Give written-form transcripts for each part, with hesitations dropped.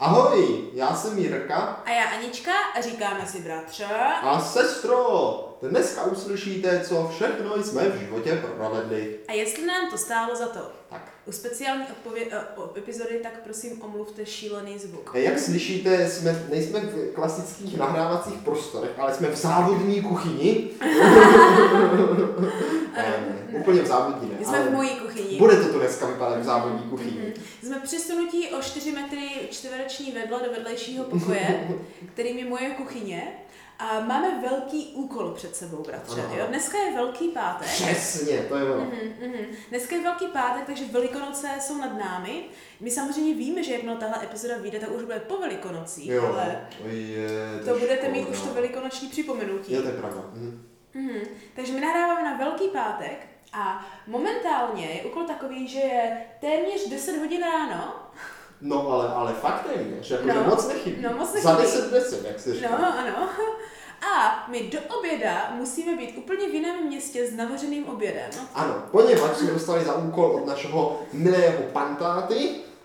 Ahoj, já jsem Jirka. A já Anička a říkáme si bratře. A sestro, dneska uslyšíte, co všechno jsme v životě provedli. A jestli nám to stálo za to. Tak. U speciální epizody tak prosím omluvte šílený zvuk. Jak slyšíte, nejsme v klasických nahrávacích prostorech, ale jsme v závodní kuchyni. Úplně v závodní, ne? Jsme v mojí kuchyni. Bude to tu dneska vypadat v závodní kuchyni. Jsme přesunutí o 4 metry čtvereční vedle do vedlejšího pokoje, kterým je moje kuchyně. A máme velký úkol před sebou, bratře. Jo? Dneska je Velký pátek. Přesně, to je ono. Dneska je Velký pátek, takže Velikonoce jsou nad námi. My samozřejmě víme, že jakmile tahle epizoda vyjde, tak už bude po Velikonocích, jo, ale to budete mít už to velikonoční připomenutí. Jo, to je pravda. Takže my nahráváme na Velký pátek a momentálně je úkol takový, že je téměř 10 hodin ráno. No ale fakt téměř, jakože moc nechybí. No, moc nechybí. Za 10, jak se říká. No, ano. A my do oběda musíme být úplně v jiném městě s navařeným obědem. Ano, poněvadž jsme dostali za úkol od našeho milého pantáty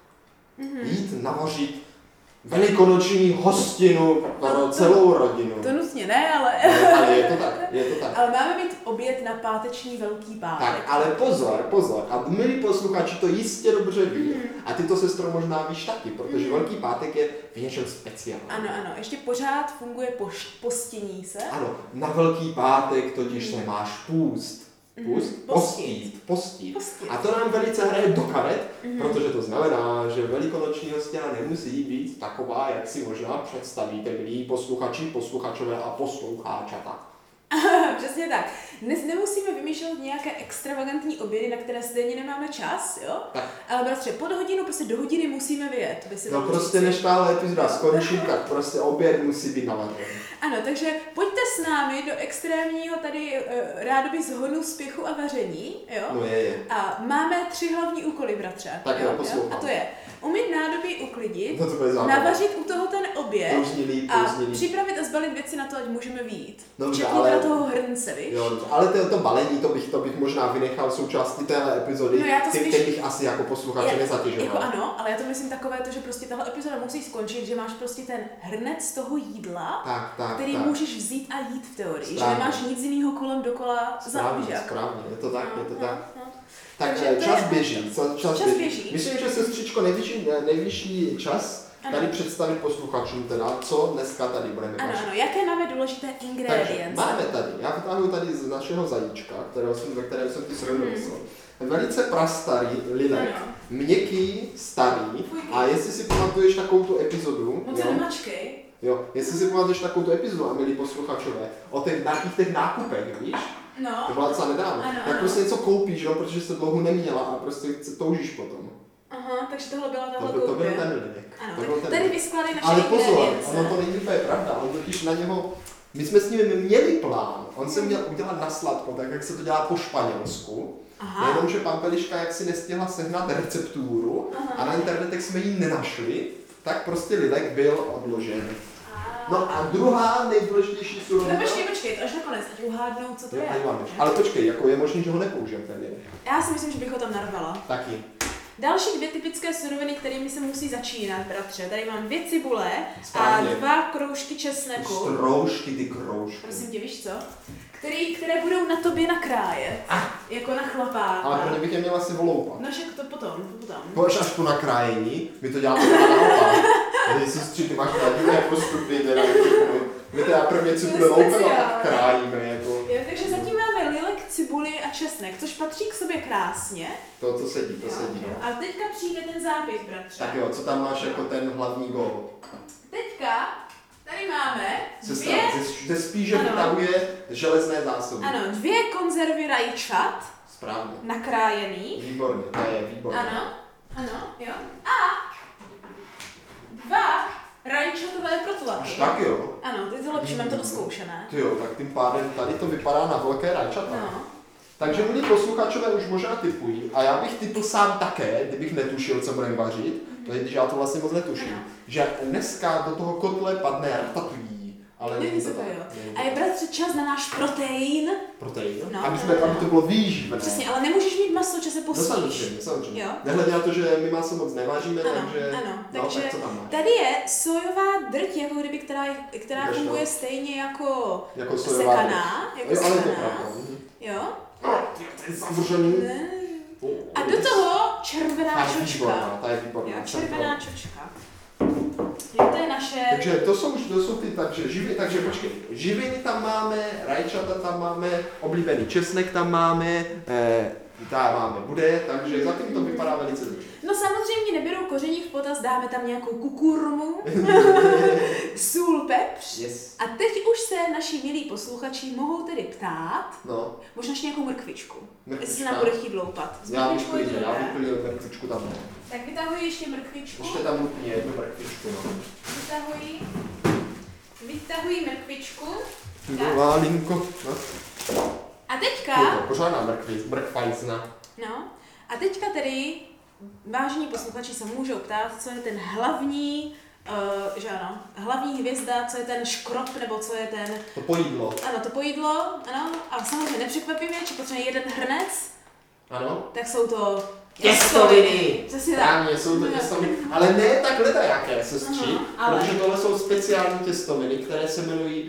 jít navařit velikonoční hostinu pro celou rodinu. To nutně ne, ale... Ale je to tak. Ale máme mít oběd na páteční Velký pátek. Tak, ale pozor. A milí posluchači to jistě dobře ví. A ty to, sestro, možná víš taky, protože Velký pátek je v něčem speciální. Ano, ještě pořád funguje postění se. Ano, na Velký pátek totiž se máš půst. Postít. A to nám velice hraje do karet, protože to znamená, že velikonoční hostina nemusí být taková, jak si možná představíte, milí posluchači, posluchačové a posloucháčata. Přesně tak. Dnes nemusíme vymýšlet nějaké extravagantní obědy, na které stejně nemáme čas, jo? Tak. Ale bratře, pod hodinu, prostě do hodiny musíme vyjet. No prostě než tahle epizoda skončí, tak prostě oběd musí být navařený. Ano, takže pojďte s námi do extrémního tady rádoby zhonu spěchu a vaření, jo? No je. A máme 3 hlavní úkoly, bratře. Tak jo, poslouchám. A to je umýt nádobí, uklidit, no navařit u toho ten oběd a připravit a zbalit věci na to, ať můžeme vyjít. Dobře, ale toho hrnce, víš? Jo, ale to balení, to bych možná vynechal součástí téhle epizody, ty bych asi jako posluchače nezatěžoval. Jako ano, ale já to myslím takové to, že prostě tahle epizoda musí skončit, že máš prostě ten hrnec toho jídla, který můžeš vzít a jít v teorii. Správně. Že nemáš nic jiného kolem dokola za užák. Správně, je to tak. Tak čas běží. Myslím, že sestřičko nejvyšší čas tady představit posluchačům teda, co dneska tady budeme vařit. Ano, jaké máme důležité ingredience? Máme tady, já vytáhnu tady z našeho zajíčka, ve kterém jsem ty srovnal. Velice prastarý linek, měkký, starý. A jestli si pamatuješ takovou tu epizodu, moc se nemačkej. Jo, jestli si pamatuješ takovou tu epizodu, a milí posluchačové, o těch nákupech, víš? No. To byla docela nedávno. Tak prostě něco koupíš, jo, protože jsi dlouho neměla a prostě toužíš potom. Aha, takže tohle byla tahle koupě. To byl ten linek. Ano, tak tady vyskládají naše ale pozor, ono to není úplně pravda, on totiž na něho, my jsme s ním měli plán, on se měl udělat na sladko, tak jak se to dělá po španělsku. Jenomže pan Peliška jaksi nestihla sehnat recepturu a na internetech jsme ji nenašli, tak prostě lidek byl odložen. No a druhá nejdůležitější surovina... No počkej, to až nakonec, ať uhádnou, co to je. Ale počkej, jako je možný, že ho nepoužijem ten linek. Já si myslím, že bych ho tam narvala. Taky. Další 2 typické suroviny, kterými se musí začínat, bratře. Tady mám 2 cibule a 2 kroužky česneku. Ty kroužky. Prosím tě, víš co? Které budou na tobě nakrájet. Jako na chlapáka. Ale pro ně bych je měla si voloupat. No však to potom. Pojď až po nakrájení, my to děláme naopak. Tady sestři, ty máš radíme postupy, teda my teda prvně cibule loupeme a tak krájíme. Jako. Jo, takže zatím máme lilek, cibuli a česnek, což patří k sobě krásně. To sedí. A teďka přijde ten zápis, bratře. Tak jo, co tam máš jako ten hlavní gól? Teďka tady máme ze spíše vytahuje železné zásoby. Ano, 2 konzervy rajčat. Správně. Nakrájený. Výborně, to je výborně. Ano, jo. A 2 rajčatové protlaky. Až tak jo. Ano, ty to lepší, mám to oskoušené. Ty jo, tak tím pádem tady to vypadá na velké rajčata. No. Takže milí posluchačové už možná tipují, a já bych tipl sám také, kdybych netušil, co budeme vařit, když já to vlastně moc netuším, že dneska do toho kotle padne ratatouille. A Ale není to jo. A je bratře čas na náš protein. Protein? No, aby to bylo výživné. Přesně, ale nemůžeš mít maso, že se posílíš. No samozřejmě. Nehledě na to, že my maso moc nevážíme, takže... Ano, no, takže tak co tam máš? tady je sojová drť, jako kdyby, která funguje stejně jako sekaná. Jako ale to je pravda. Jo? To je zavřený. A do toho červená čočka. Ta je výborná. Červená čočka. Jo, to je naše... Takže to jsou ty, takže počkej, živiny tam máme, rajčata tam máme, oblíbený česnek tam máme, bude, takže zatím to vypadá velice dobře. No samozřejmě neberou koření v potaz, dáme tam nějakou kukurmu, sůl, pepř. Yes. A teď už se naši milí posluchači mohou tedy ptát, možná ještě nějakou mrkvičku, jestli se nám bude chtít loupat. Já vyplnil mrkvičku tam. Tak vytahuji ještě mrkvičku. Ještě tam nutně jednu mrkvičku. Vytahuji mrkvičku. Válinko. A teďka... Pořádná mrkvajzna. No. A teďka tedy vážení posluchači se můžou ptát, co je ten hlavní, hlavní hvězda, co je ten škrop, nebo co je ten... To pojídlo. Ano, to pojídlo, ano. A samozřejmě nepřekvapivě, či potřebuje jeden hrnec. Ano. Tak jsou to těstoviny. Přesně tak. Jsou to těstoviny. Ale ne tak ledajaké, sestři, protože tohle jsou speciální těstoviny, které se jmenují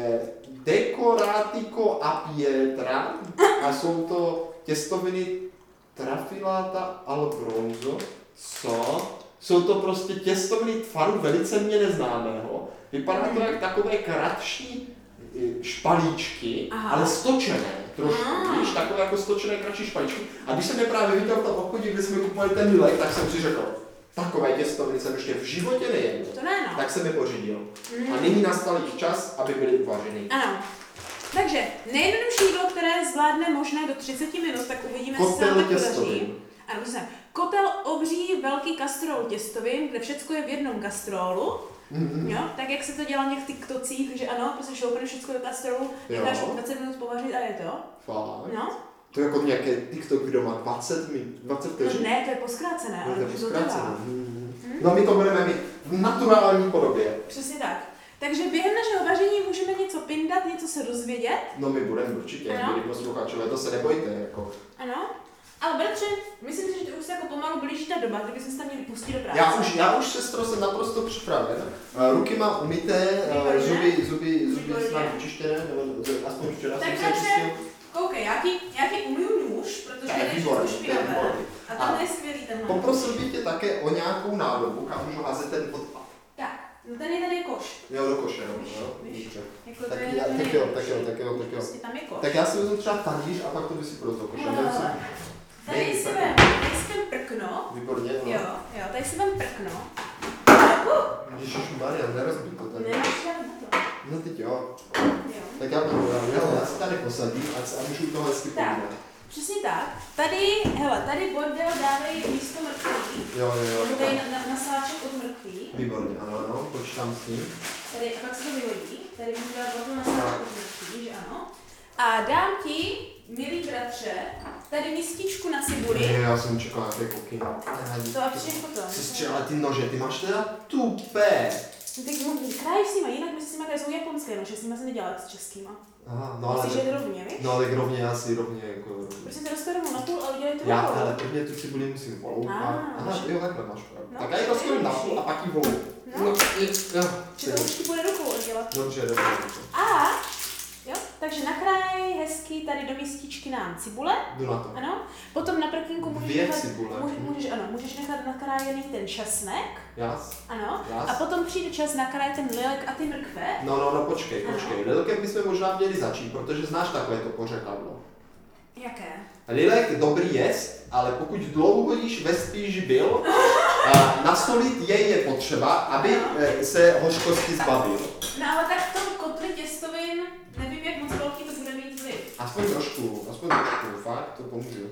Decoratico a Pietra a jsou to těstoviny Trafilata al Bronzo. Jsou to prostě těstoviny tvaru velice mě neznámého. Vypadá to jak takové kratší špalíčky, ale stočené trošku, víš, takové jako stočené kratší špalíčky. A když jsem je právě viděl v tom obchodě, kde jsme kupovali ten lilek, tak jsem si řekl, takové těstoviny jsem ještě v životě nejedl. To ne, no. Tak jsem je pořídil. A nyní nastal jich čas, aby byly uvařeny. Ano. Takže nejjednodušší jídlo, které zvládne možná do 30 minut, tak uvidíme, jestli se nám tak podaří. Ano, kotel obří velký kastrol těstovin, kde všechno je v jednom kastrolu. Jo, tak jak se to dělá v těch TikTocích, že ano, prostě šoupneš všechno do kastrolu, necháš 20 minut povařit a je to. Fakt? No. To je jako nějaké TikTok video má 20 vteřin? Ne, to je poskrácené, ale to je poskrácené. No my to budeme mít v naturální podobě. Přesně tak. Takže během našeho vaření můžeme něco pindat, něco se dozvědět. No my budeme určitě, milí posluchačové, to se nebojte. Jako. Ano. Ale bratře, myslím si, že to už se jako pomalu blíží ta doba, kdybychom se tam měli pustit do práce. Já už sestro jsem naprosto připraven. Ruky mám umyté, zuby snad vyčištěné, nebo aspoň včera jsem se čistil. Koukej, já ti umyju nůž, protože je všechno špinavé. A tohle je skvělý tenhle. Poprosil bych tě také o nějakou nádobu, kam můžu házet ten odpad. Tak, no tady je koš. Jo, do koše, no. Jako tak jo. Prostě tam je koš. Tak já si vezmu třeba talíř a pak to vysypu do toho koše. Tady si vem prkno. Výborně, no. Jo, tady si vem prkno. Ježišmarja, nerozbít to tady. Nemáš žádný to. No teď jo. Tak já se tady posadím a můžu toho hezky povídat. Přesně tak. Tady bordel dávej místo mrkví. Jo. Tady na sáček od mrkví. Výborně, ano, počítám s tím. Tady, a pak se to vyhodí. Tady můžu dát bordel na sáček od mrkví, že ano. A dám ti, milý bratře, tady mističku na cibuli. Já jsem čekal nějaké koky. To a přijdeš potom. Sestře, ale ty nože, ty máš teda tupé. Ty krájíš s nima, jinak my s nima jsou japonské nože, s nima se nedělá s českýma. Aha, no ale... Myslíš, že je rovně, víš? No ale rovně, asi rovně jako... Prostě ty rozkladám na půl, ale dělej to já, ale prvně tu cibuli musím voloupat. Aha, jo, takhle máš pravdu. Tak já ji rozkladám na půl a pak ji volou. Že to už ti bude rukou oddělat. Dobře. A, jo, takže nakráj hezky tady do mističky nám cibule. Jdu na to. Ano. Potom na prkínku můžeš nechat nakrájený ten česnek. Jas. Ano. A potom přijde čas nakrájet ten lilek a ty mrkve. No, počkej. Lilkem bychom možná měli začít, protože znáš takové to pořekadlo. Jaké? Lilek dobrý jest, ale pokud dlouho již ve spíš byl, nasolit jej je potřeba, aby se hořkosti zbavil. No ale tak v tom kotli těstovin nevím, jak moc velký to bude mít vliv. Aspoň trošku, fakt, to pomůže.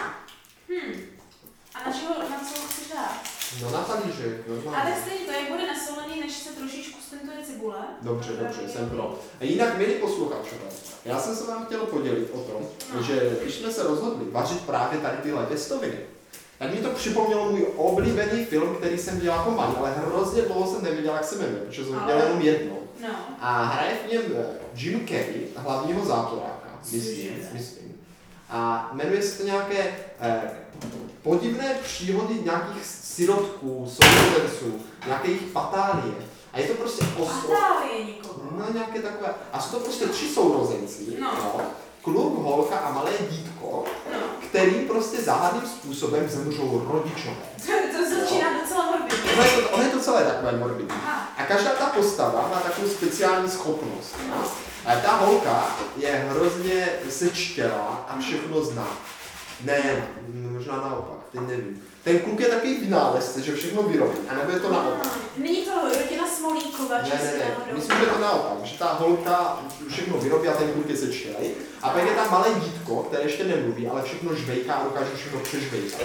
A na co chceš dát? No na talíři, normálně. Ale stejně to, jak bude nasolený, než se trošičku stentuje cibule. Dobře, jsem pro. A jinak, milí posluchačové, já jsem se vám chtěl podělit o tom, že když jsme se rozhodli vařit právě tady tyhle těstoviny, tak mi to připomnělo můj oblíbený film, který jsem dělal jako malý, ale hrozně dlouho jsem nevěděl, jak se jmenuje, protože jsem dělal jenom jednou. No. A hraje v něm Jim Carrey, hlavního záporáka, myslím. A jmenuje se to nějaké podivné příhody nějakých sirotků, sourozenců, nějaké jejich patálie. A je to prostě patálie nikoho. No nějaké takové. A jsou to prostě 3 sourozenci. No. Kluk, holka a malé dítko, kterým prostě záhadným způsobem zemřou rodičové. To začíná docela morbidně. Ono je to celé takové morbidní. A každá ta postava má takovou speciální schopnost. A ta holka je hrozně sečtělá a všechno zná. Ne, možná naopak, teď nevím. Ten kluk je takový vynálezce, že všechno vyrobí, anebo je to naopak. Není to rodina Smolíkova, ne, myslím, že je to naopak, že ta holka všechno vyrobí a ten kluk je sečtělej. A pak je tam malé dítko, které ještě nemluví, ale všechno žvejká a dokáže všechno přežvejkat.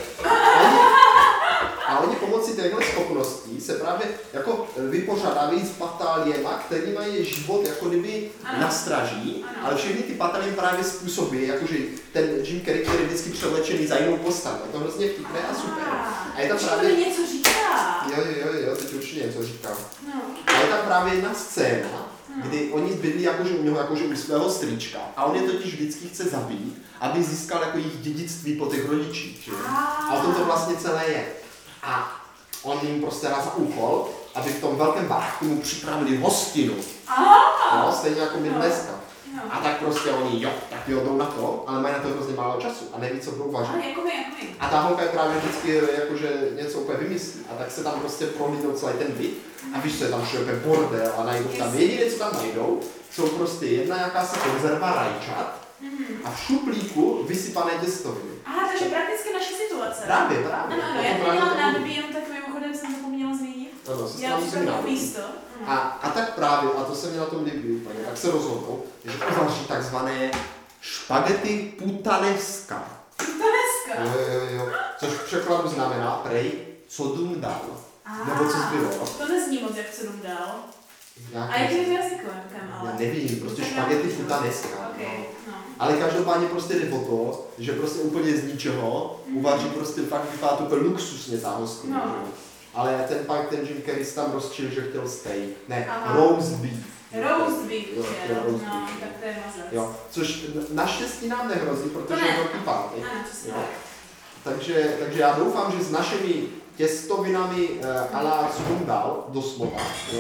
A oni pomocí téhle schopností se právě jako vypořádávají s patáliema, který mají život jako kdyby na straží, ale všechny ty patálie právě způsobí, jakože ten Jim Carrey, který je vždycky převlečený za jinou postavu. Je to hrozně vtipné a super. A je tam právě... to něco říká. Jo, teď určitě něco říká. A je tam právě jedna scéna, kdy oni bydlí jakože u něho, jakože u svého strýčka. A on je totiž vždycky chce zabít, aby získal jako jejich dědictví po těch rodičích. Že? A o tom to vlastně celé je. A on jim prostě dá za úkol, aby v tom velkém baráku mu připravili hostinu. No, stejně jako my dneska. A tak prostě oni, tak jdou na to, ale mají na to hrozně málo času a neví, co budou vařit. A ta holka je právě vždycky jakože něco úplně vymyslí. A tak se tam prostě prohlídnou celý ten byt. A víš, co je tam všude bordel a najdou tam jediné, co tam najdou, jsou prostě jedna jakási konzerva rajčat a v šuplíku vysypané těstoviny. Aha, takže prakticky naše situace. Právě. Ano, já to dělám nádobí, jenom tak mimochodem jsem zapomněla zmínit. Ano, se tam místo. A tak právě, a to se mi na tom líbí úplně, tak se rozhodnou, že uvaří takzvané špagety putaneska. Putaneska? Jo. Což v překladu znamená prej, co dům dal. Nebo co zbylo. To nezní moc, jak co dům dal. A jaký je to jazykem? Já nevím, prostě špagety putaneska. Okay, no. Ale každopádně prostě jde o to, že prostě úplně z ničeho uvaří prostě fakt vypadá to úplně luxusně ta hospoda. No. Ale ten Jim Carrey tam rozčil, že chtěl steak. Ne, roast beef. Roast beef, tak to je mazec. Jo, což naštěstí nám nehrozí, protože je velký pátek. Takže já doufám, že s našimi těstovinami a la co dům dal, doslova,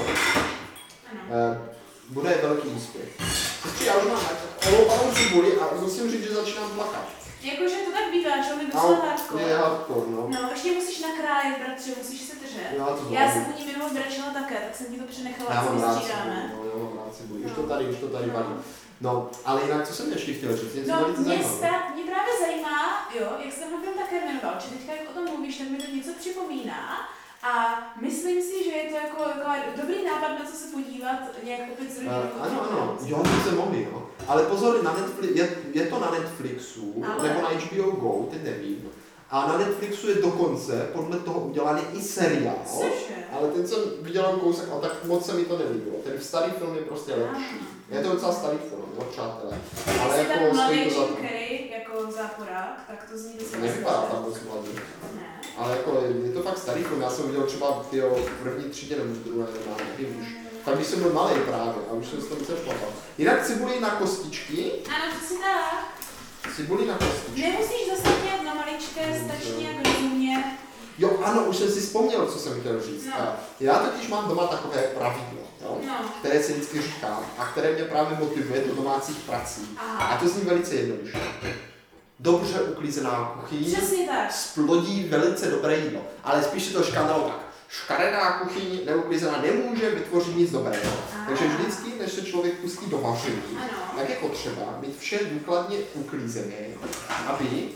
bude velký úspěch. Já už mám oloupanou cibuli a musím říct, že začínám plakat. Jakože to tak bývá, že on je docela hardcore. Je hardcore, no. No, ještě musíš nakrájet, bratře, musíš se držet. Já jsem u ní minulou zbračila také, tak jsem ti to přenechala, já co mám rád střídáme. Já mám rád cibuli, už to tady valí. No, ale jinak, co jsem ještě chtěl říct, něco velice zajímavé. Mě právě zajímá, jak jsem ho film také jmenoval, že teďka jak o tom mluvíš, tak mi to něco připomíná. A myslím si, že je to jako dobrý nápad, na co se podívat, nějak opět z rodiny. Ano, jo, to se mohli, no. Ale pozor, na Netflix, je to na Netflixu, nebo na HBO Go, teď nevím. A na Netflixu je dokonce podle toho udělaný i seriál. Ale ten jsem viděl kousek a tak moc se mi to nelíbilo. Ten starý film je prostě lepší. Je to docela starý film, jo, přátelé. Ale jako stojí to za to. Jim Carrey jako záporák, tak to zní docela. Nevypadá tam moc mladý. Ale jako je to fakt starý film, já jsem viděl třeba v první třídě nebo v druhé, nevím už. Tak když jsem byl malý právě a už jsem se tam více šlapal. Jinak cibuli na kostičky. Ano, to si tak. Cibuli na kostičky. Nemusíš zasadnět na maličké, stačí jak rozumně. Jo, ano, už jsem si vzpomněl, co jsem chtěl říct. No. Já totiž mám doma takové pravidlo, které se vždycky říkám a které mě právě motivuje do domácích prací. Aha. A to zní velice jednoduše. Dobře uklízená kuchyň splodí velice dobré jídlo, ale spíš si to škandalo tak. Škaredá kuchyň neuklízená nemůže vytvořit nic dobrého. Takže vždycky, než se člověk pustí do vaření, tak je potřeba mít vše důkladně uklízené, aby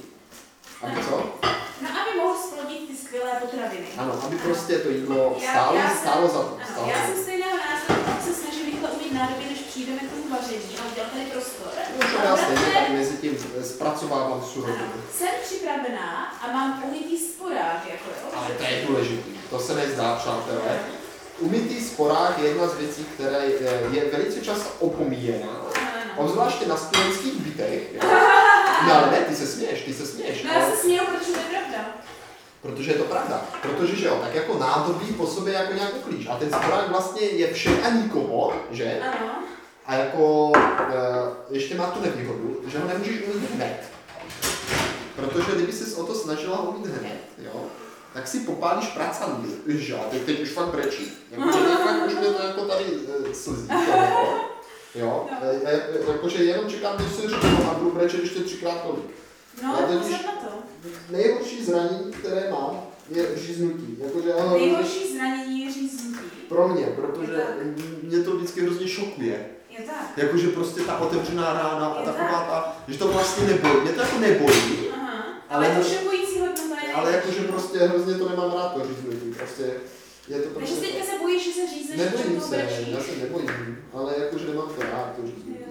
co? No, aby mohl splodit ty skvělé potraviny. Ano, aby prostě to jídlo stálo za to. Já jsem stejného názoru, se snažím rychle umít nádobí, než přijdeme k tomu vaření a udělat tady prostor. Já stejně tady mezi tím zpracovávám surovinu. Jsem připravená a mám umytý sporák, jako jo. Ale to je důležitý, to se nezdá, přátelé. Umytý sporák je jedna z věcí, která je velice často opomíjená. Obzvláště na studentských bytech. No ale ne, ty se směješ. No já se směju, protože to je pravda. Protože je to pravda. Protože že jo, tak jako nádobí po sobě jako nějak uklíč. A ten sporák vlastně je všem a nikoho, že? Ano. A jako ještě má tu nevýhodu, že ho nemůžeš umít hned. Protože kdyby ses o to snažila umít hned, jo, tak si popálíš pracadlo. Že jo, teď už fakt brečí. Jakože fakt už mě to jako tady slzí. Jo, jakože jenom čekám, když si řeknu a budu brečet ještě 3krát tolik. No, pozor na to. Nejhorší zranění, které mám, je říznutí. Jakože Nejhorší zranění je říznutí. Pro mě, protože mě to vždycky hrozně šokuje. Je tak. Jakože prostě ta otevřená rána a taková ta, že to vlastně nebolí. Mě to jako nebolí. Aha, ale je to šokující hodnota. Ale jakože prostě hrozně to nemám rád, to říznutí. Prostě je to prostě... Takže teďka se bojíš, že se řízneš, že nebojím to se, brečí? já se nebojím, ale jakože nemám to rád, to říznutí.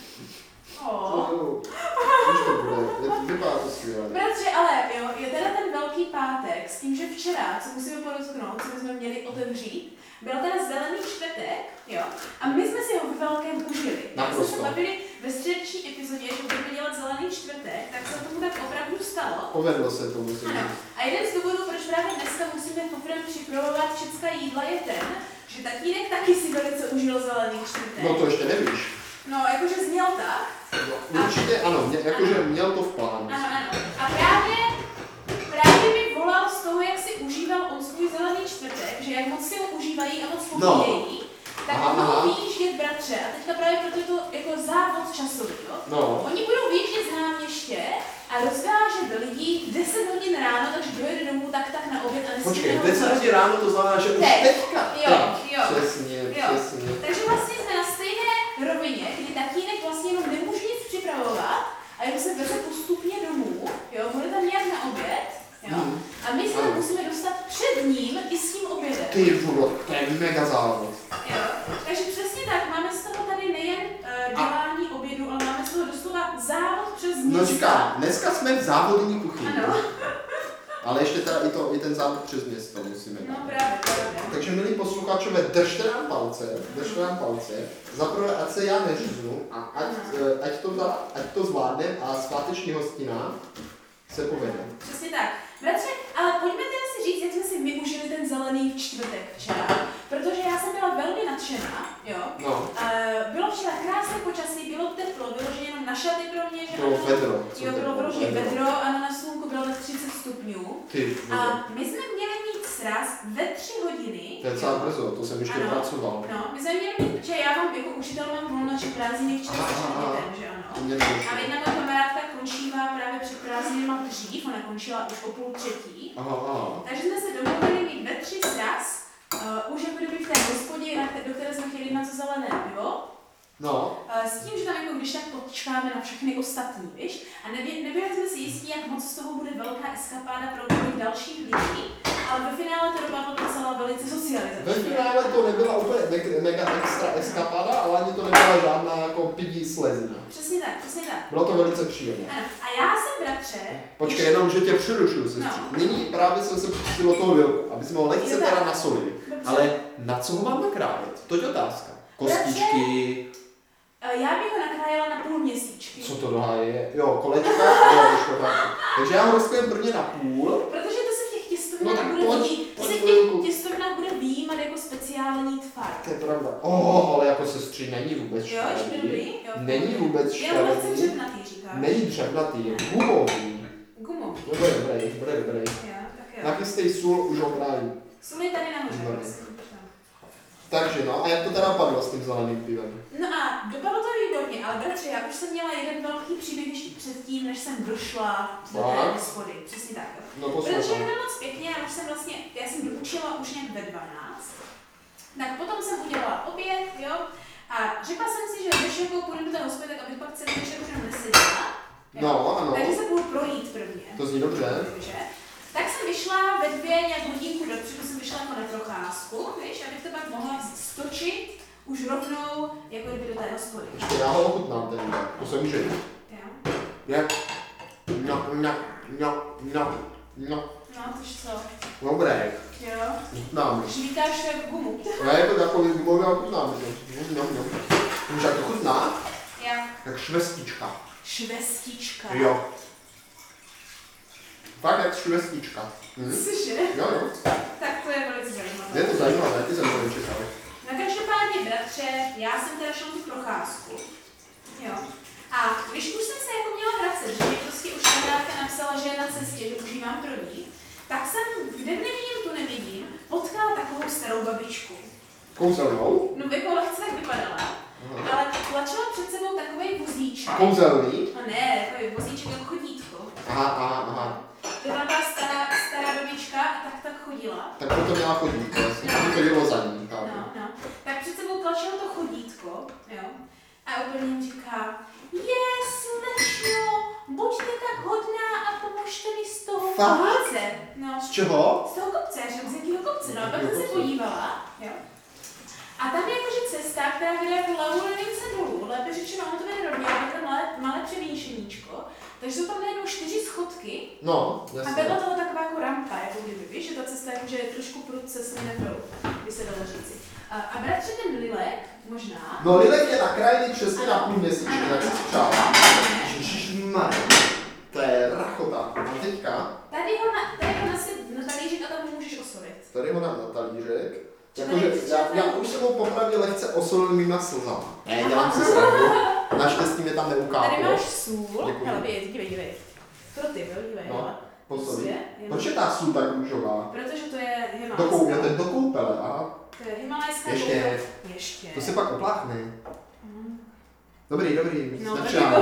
Už to bude, vypadá to skvěle. Bratře, ale jo, je teda ten velký pátek s tím, že včera, co musíme podotknout, co jsme měli otevřít, byl teda zelený čtvrtek, jo, a my jsme si ho ve velkém užili. Když jsme se bavili ve středeční epizodě, že budeme dělat zelený čtvrtek, tak se tomu tak opravdu stalo. Povedlo se to, musím říct. A jeden z důvodů, proč právě dneska musíme poprvé připravovat všechna jídla, je ten, že tatínek taky si velice užil zelený čtvrtek. No to ještě nevíš. No, jakože zněl tak. No, určitě ano, jakože měl to v plánu. Ano. A právě mi volal z toho, jak si užíval on svůj zelený čtvrtek, že jak moc si ho užívají a moc pochopějí, tak budou vyjíždět bratře. A teďka právě proto je to jako závod časový, jo? No. Oni budou vyjíždět z náměště a rozvážet lidí 10 hodin ráno, takže dojede domů tak na oběd a nesmí. Počkej, 10 hodin ráno to znamená, že už teďka. Jo. Přesně. Takže vlastně jsme na stejné rovině, kdy tatínek vlastně jenom nemůže nic připravovat a jenom se veze postupně domů, jo, bude tam nějak na oběd, jo, a my se tam musíme dostat před ním i s tím obědem. Ty vůbec, to je mega závod. Jo, takže přesně tak, máme z toho tady nejen dělání obědu, ale máme z toho doslova závod přes město. No říkám, dneska jsme v závodní kuchyni. Ano. Ale ještě teda i ten závod přes město musíme dát. No právě. Takže milí posluchačové, držte nám palce. Zaprvé, ať se já neříznu a ať to zvládne a sváteční hostina se povede. Přesně tak. Bratře, ale pojďme teda si říct, jak jsme si my užili ten zelený čtvrtek včera, protože já jsem byla velmi nadšená, jo. No. Bylo včera krásné počasí, bylo teplo, vyloženě jenom na šaty pro mě, že bylo vedro. Jo, bylo vyloženě vedro a na slunku bylo na 30 stupňů. A my jsme měli mít sraz ve 3 hodiny. To je docela brzo, to jsem ještě pracoval. No, my jsme měli mít, protože já mám jako učitel mám volnoční prázdniny včera s dětem, že ano. A jedna moje kamarádka končívá právě před prázdninama dřív, ona končila už o 2:30. Takže jsme se domluvili mít ve 3 sraz, už jako kdyby v té hospodě, do které jsme chtěli na to zelené pivo. No. S tím, že tam jako když tak počkáme na všechny ostatní, víš? A nebyli jsme si jistí, jak moc z toho bude velká eskapáda pro dalších lidí, ale ve finále to dopadlo docela velice socializačně. Ve finále to nebyla úplně mega extra eskapáda, ale ani to nebyla žádná jako pidí slezina. Přesně tak. Bylo to velice příjemné. Ano. A já jsem, bratře... Počkej, jenom, že tě přerušuju, sestři. No. Nyní právě jsem se pustil do toho vilku, aby jsme ho lehce teda nasolili. Ale na co ho mám nakrájet? To je otázka. Kostičky... Já bych ho nakrájela na půl měsíčky. Co to je? Jo, kolečka, už to tak. Takže já ho rozkrojem prvně na půl. Protože to se v těch těstovinách bude výjímat jako speciální tvar. To je pravda. Ale jako sestři není vůbec špatný. Není vůbec špatný. Já nechci dřevnatý, říkáš. Není dřevnatý, je gumový. Gumový. Dobrý. Nachystej sůl, už ho kráju. Sůl je tady nahoře. Takže no, a jak to teda padlo s tím zeleným pivem? No a dopadlo to výborně, ale bratře, já už jsem měla jeden velký příběh ještě předtím, než jsem došla do té hospody. Přesně tak. No, protože je to moc pěkně, já jsem doučila už nějak ve 12. Tak potom jsem udělala oběd, jo, a řekla jsem si, že když jako půjdu do té hospody, tak abych pak celý večer už jenom neseděla. No, ano. Takže se budu projít prvně. To zní dobře. Tak jsem vyšla ve 2 nějak hodinku dopředu, jsem vyšla jako na procházku, víš, abych to pak mohla stočit už rovnou, jako kdyby do té hospody. Ještě já ho ochutnám ten, to se může. Jo. Jak? No. No, tož co? Dobré. Jo. Chutnám. Žvítáš jak gumu. Já je to takový gumový a chutnám. Víš, jak to chutná? Jak? Jak švestička. Švestička. Jo. Fakt jak švestička. Cože? Jo. Tak to je velice zajímavé. Je to zajímavé, ty jsem to nečekal. No každopádně, bratře, já jsem teda šel tu procházku. Jo. A když už jsem se jako měla vracet, že mi prostě už kamarádka napsala, že je na cestě, že už ji mám projít, tak jsem, kde nevidím, tu nevidím, potkala takovou starou babičku. Kouzelnou? No jako lehce tak vypadala, ale tlačila před sebou takovej vozíček. A kouzelný? No ne, takový vozíček jako chodítko. Aha. To byla ta stará babička a tak chodila. Tak proto měla chodítko, jasně. To chodilo za ní. No. Tak před sebou tlačilo to chodítko, jo. A úplně jim říká, slečno, buďte tak hodná a pomožte mi z toho kopce. No. Z čeho? Z toho kopce, že z jakého kopce, no a pak jsem se podívala, jo. A tam je jakože cesta, která vede jako levu levince dolů, lépe řečeno, on to vede rovně, ale to malé převýšeníčko, takže jsou tam najednou 4 schodky. No, jasně. A vedle toho taková jako rampa, jako kdyby, víš, že ta cesta jakože je trošku prudce směrem dolů, by se dalo říci. A bratře ten Lilek, možná. No Lilek je na krajiny přesně na půl měsíčku, tak se přála. Ježišmarja, to je rachota. A teďka? Tady ho na talířek a tam ho můžeš osolit. Tady ho dám na talířek. Jakože já už jsem ho popravdě lehce osolil mýma slzama. Ne, dělám si srandu. Naštěstí mě tam neukáplo. Tady máš sůl. Hele, dívej. Pro ty, jo, dívej. No, poslední. Proč je ta sůl tak růžová? Protože to je himalajská. Do koupele, aha. To je himalajská Ještě. To se pak opláchne. Dobrý. No,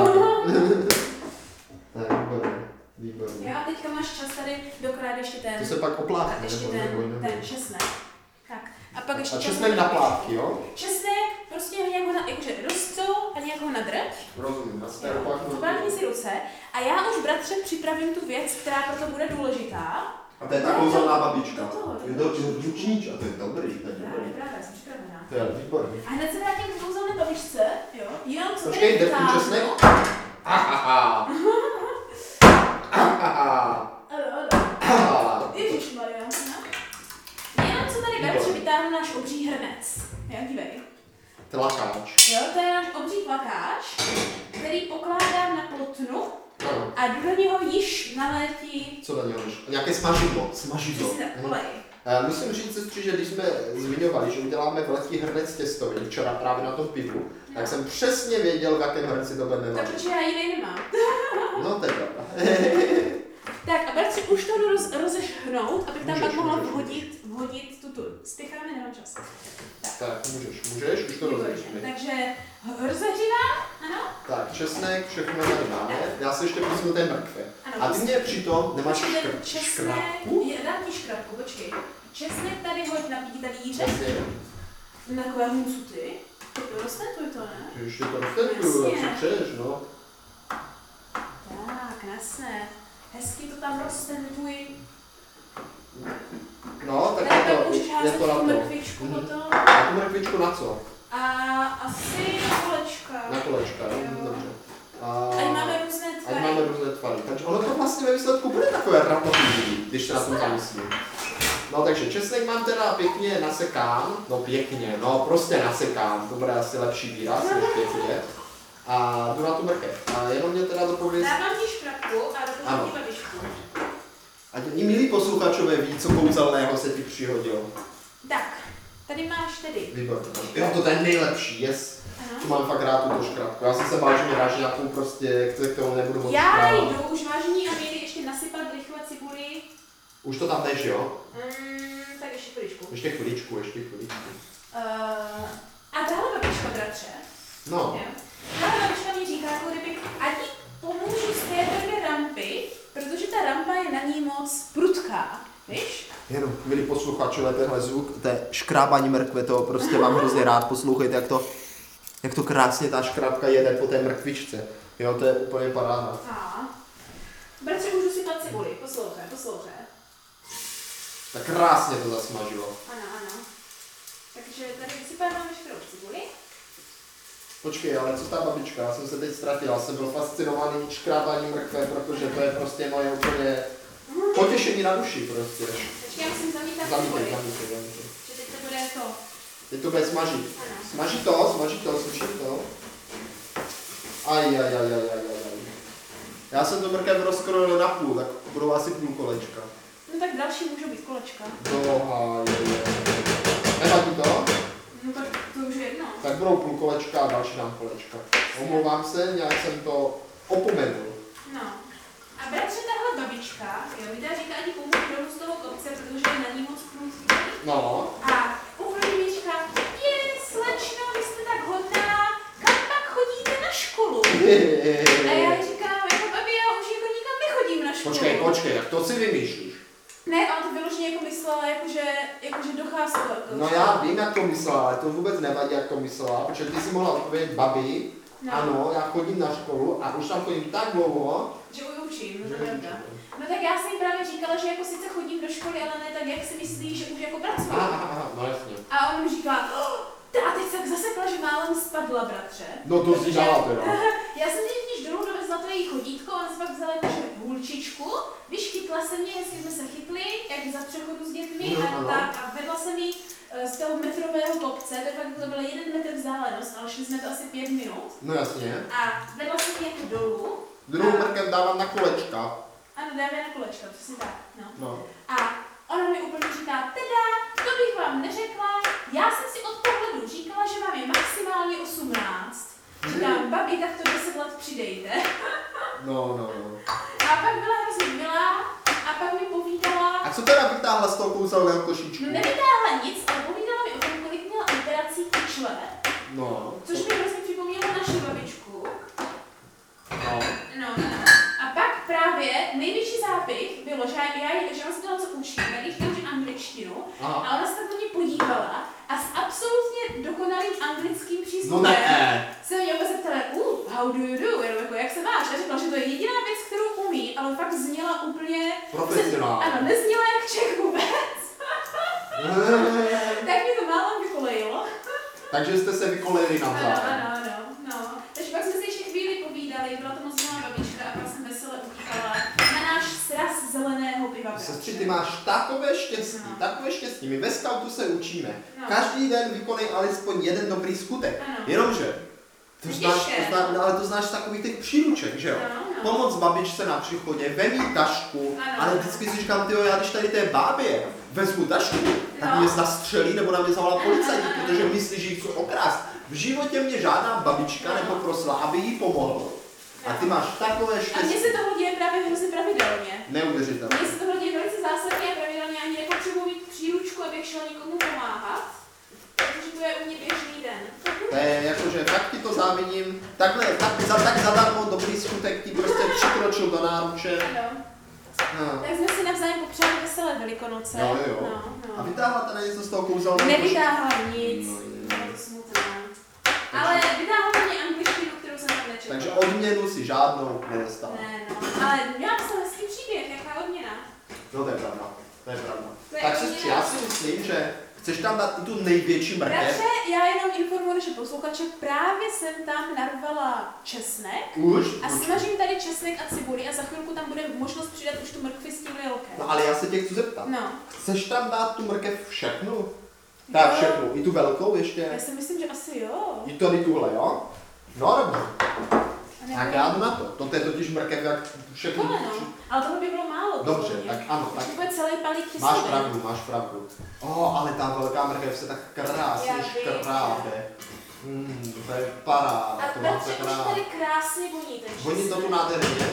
tak, výborný. Jo, a teďka máš čas tady dokrát ještě ten. To se pak opláchne, ještě ten česnek. Tak. A pak ještě česnek na plátky, jo? Česnek, prostě nějak ho jakože rostou a nějak ho nadrť. Rozumím, opláchni si ruce. A já už, bratře, připravím tu věc, která pro to bude důležitá. A to je ta kouzelná babička. Je to ručníč a to je dobrý. Právě, jsem připravená. To je výborný. A hned se vrátím k kouzelné babičce, jo? Jenom co počkej, jde ten česnek? Ježišmarja, no. Jenom co tady, bratře, vytáhnu náš obří hrnec. Jo, dívej. Tlakáč. Jo, to je náš obří tlakáč, který pokládám na plotnu. A jdu do něho již nalétí. Co do něho již? Nějaké smažidlo. Musím říct, sestři, že když jsme zmiňovali, že uděláme velký hrnec těstovin včera právě na tom pivu, tak jsem přesně věděl, v jakém hrnci to budeme vařit. Takže já jiný nemám. No to je pravda. Tak a bratři, už to jdu rozehnout, abych tam pak mohla vhodit tuto. Spěcháme, nemám čas. Tak můžeš, už to rozehříme. Takže rozehřívám, ano. Tak, česnek, všechno tady máme. Já se ještě prosím té mrkve. A ty mě přitom nemáš škrabku? Dám ti škrabku, počkej. Česnek tady hoď na talíře. Na takového musuty. To roztentuj to, ne? Ještě to roztentuj, co chceš, no. Tak, jasné. Hezky to tam roztentuj. No, tak je to na to. Mrkvičku potom. A tu mrkvičku na co? A asi na kolečka. Na kolečka, dobře. Ať máme různé tvary. Takže ono to vlastně ve výsledku bude takové rapotivní, když se na tom zamyslím. No takže česnek mám teda pěkně nasekán, prostě nasekán, to bude asi lepší výraz než pěkně. A jdu na tu mrkev. A jenom mě teda dopověz... Dávám ti škrabku a dopověz ti babičku. Ať oni milí posluchačové ví, co kouzelného se ti přihodilo. Tak, tady máš tedy. Výborně. Jo, to je nejlepší, yes. Tu mám fakt rád tuto škrabku. Já jsem se bál, že mě dáš nějakou prostě, kterou nebudu moc já jdu, už vážení a měli ještě nasypat rychle cibuli. Už to tam jdeš, jo? Tak ještě chviličku. Ještě chviličku. A tahle babička, bratře. No. Tahle babička mi říká, jako kdyby, ať ti pomůžu z té rampy, protože ta rampa je na ní moc prudká, víš? Jenom, milí posluchačové, tenhle zvuk, té škrábání mrkve, to prostě mám hrozně rád, poslouchejte, jak to krásně ta škrábka jede po té mrkvičce. Jo, to je úplně paráda. Bratře, můžu si pát cibuli, poslouchej. Tak krásně to zasmažilo. Ano. Takže tady vysypáváme škrou cibuli. Počkej, ale co ta babička? Já jsem se teď ztratila, jsem byl fascinovaný škrábáním mrkve, protože to je prostě moje úplně potěšení na duši prostě. Počkej, já musím zamítat cibuli. Že teď to bude to. Teď to bude smažit. Ano. Smaží to. Aj. Já jsem to mrkev rozkrojil na půl, tak budou asi půl kolečka. No tak další můžou být kolečka. Nevadí to? No tak to už je jedno. Tak budou půl kolečka a další dám kolečka. Omlouvám se, nějak jsem to opomenul. No. A bratře, tahle babička, jo, vy teda říká, že pomůžu domů z toho kopce, protože je na ní moc průzký. No. A uhlí mi říká, slečno, vy jste tak hodná, kam pak chodíte na školu? A já říkám, jako babi, já už jako nikam nechodím na školu. Počkej, jak to si vymýšlíš? Ne, ale to vyloženě jako myslela, jakože docházka. No já vím, jak to myslela, ale to vůbec nevadí, jak to myslela, protože ty si mohla odpovědět, babi, no. Ano, já chodím na školu a už tam chodím tak dlouho, že učím, no to pravda. No tak já jsem jí právě říkala, že jako sice chodím do školy, ale ne tak, jak si myslíš, že už jako pracuji. No jasně. A on mi říká, a teď jsem zasekla, že málem spadla, bratře. No to si dala teda. Já jsem teď když dolů dovezla to její chodítko, ona se pak vzala jakože hůlčičku, víš, chytla se mě, jestli jsme se chytli, jak za přechodu s dětmi a vedla jsem jí z toho metrového kopce, to bylo 1 metr vzdálenost, ale šli jsme to asi 5 minut. No jasně. A vedla jsem mě jako dolů. Druhou mrkev dávám na kolečka. Ano, dáme na kolečka, přesně tak, no. A ona mi úplně říká, teda, to bych vám neřekla, já jsem si od pohledu říkala, že vám je maximálně 18. Říkám, babi, tak to 10 let přidejte. No. A pak byla hrozně milá a pak mi povídala... A co teda vytáhla z toho kouzelného košíčku? No nevytáhla nic, ale povídala mi o tom, kolik měla operací kyčle. No. Což mi hrozně připomnělo naši babičku. No. A pak právě největší zápich bylo, že ona se to něco učí, tak jí chtěla učit angličtinu. A ona se na mě podívala a s absolutně dokonalým anglickým přístupem se mě zeptala, how do you do? Jenom jako, jak se máš? A řekla, že to je jediná věc, kterou umí, ale fakt zněla úplně... Profesionálně. Ano, nezněla jak Čech vůbec. Tak mi to málo vykolejilo. Takže jste se vykolejili navzájem. Ano. Takže pak jsme si ještě chvíli povídali, byla to moc milá babička a pak jsem vesele utíkala na náš sraz zeleného piva. Sestři, ty máš takové štěstí, my ve skautu se učíme. Každý den vykonej alespoň jeden dobrý skutek. Jenomže, to znáš takových těch příruček, že jo? Pomoc babičce na příchodě, vemí tašku, ale vždycky si říkám, tyjo, já když tady té bábě vezmu tašku, tak mě zastřelí nebo na mě zavolá policajti, protože myslí, že ji chci okrást. V životě mě žádná babička nepoprosila, aby jí pomohl. A ty máš takové štěstí. A mně se toho děje právě hrozně pravidelně. Neuvěřitelné. Mně se toho děje velice zásadně a pravidelně, ani nepotřebuji mít příručku, abych šel někomu pomáhat. Protože to je u mě běžný den. To je jakože, fakt ti to závidím. Takhle, tak zadarmo dobrý skutek ti prostě přikročil do náruče. Tak jsme si navzájem popřáli veselé Velikonoce. Jo. A vytáhla teda něco z toho kouzelného? Nevytáhla nic. To smutné. Ale vytáhla mě angličtinu, kterou jsem tam nečetla. Takže odměnu si žádnou nedostala. Ne, ale měla jsem hezký příběh, jaká odměna. No to je pravda. Tak sestři, já si myslím, že chceš tam dát i tu největší mrkev? Bratře, já jenom informuji naše posluchače, právě jsem tam narvala česnek. A snažím tady česnek a cibuli a za chvilku tam bude možnost přidat už tu mrkvi s tím lilkem. No ale já se tě chci zeptat. Chceš tam dát tu mrkev všechnu? Tak všechnu, i tu velkou ještě? Já si myslím, že asi jo. I tuhle, jo? No dobře. Tak já jdu na to. To je totiž mrkev jak všechno. No, ale tohle by bylo málo. Dobře, tak ano. Tak to bude celý palík kyselin. Máš pravdu. Ale ta velká mrkev se tak krásně škrábe. To je paráda. A Petře, už tady krásně voní ten česnek. Voní to tu nádherně.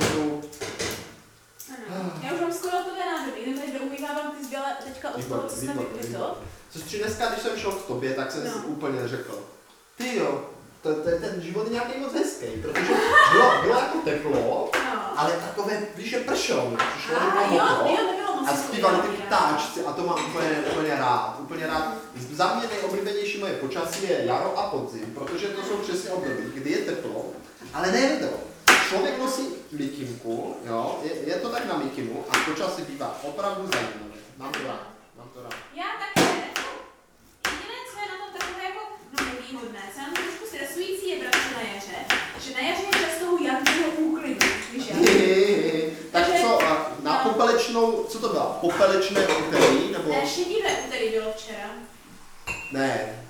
Já už mám skoro tové nádobí, jdem tady doumývávám ty zbělé teďka od toho, co jsme vypito. Sestři, dneska, když jsem šel k tobě, tak jsem si úplně řekl, tyjo, ten život je nějaký moc hezký, protože bylo jako teplo, ale takové, víš, že pršelo, přišlo a zpívali ty ptáčci a to mám úplně rád. Za mě nejoblíbenější moje počasí je jaro a podzim, protože to jsou přesně období, kdy je teplo, ale ne vedro. Člověk nosí mikinku, jo, je to tak na mikinu a počasí bývá opravdu zajímavé. Mám to rád. Já také. Jediné, co je na tom takové jako nevýhodné, co je na tom trošku stresující, je bratře na jaře, že na jaře je čas toho jarního úklidu, víš jak? Tak co, na popelečnou, co to bylo? Popelečné úterý, nebo? Ne, šedivé úterý bylo včera. Ne.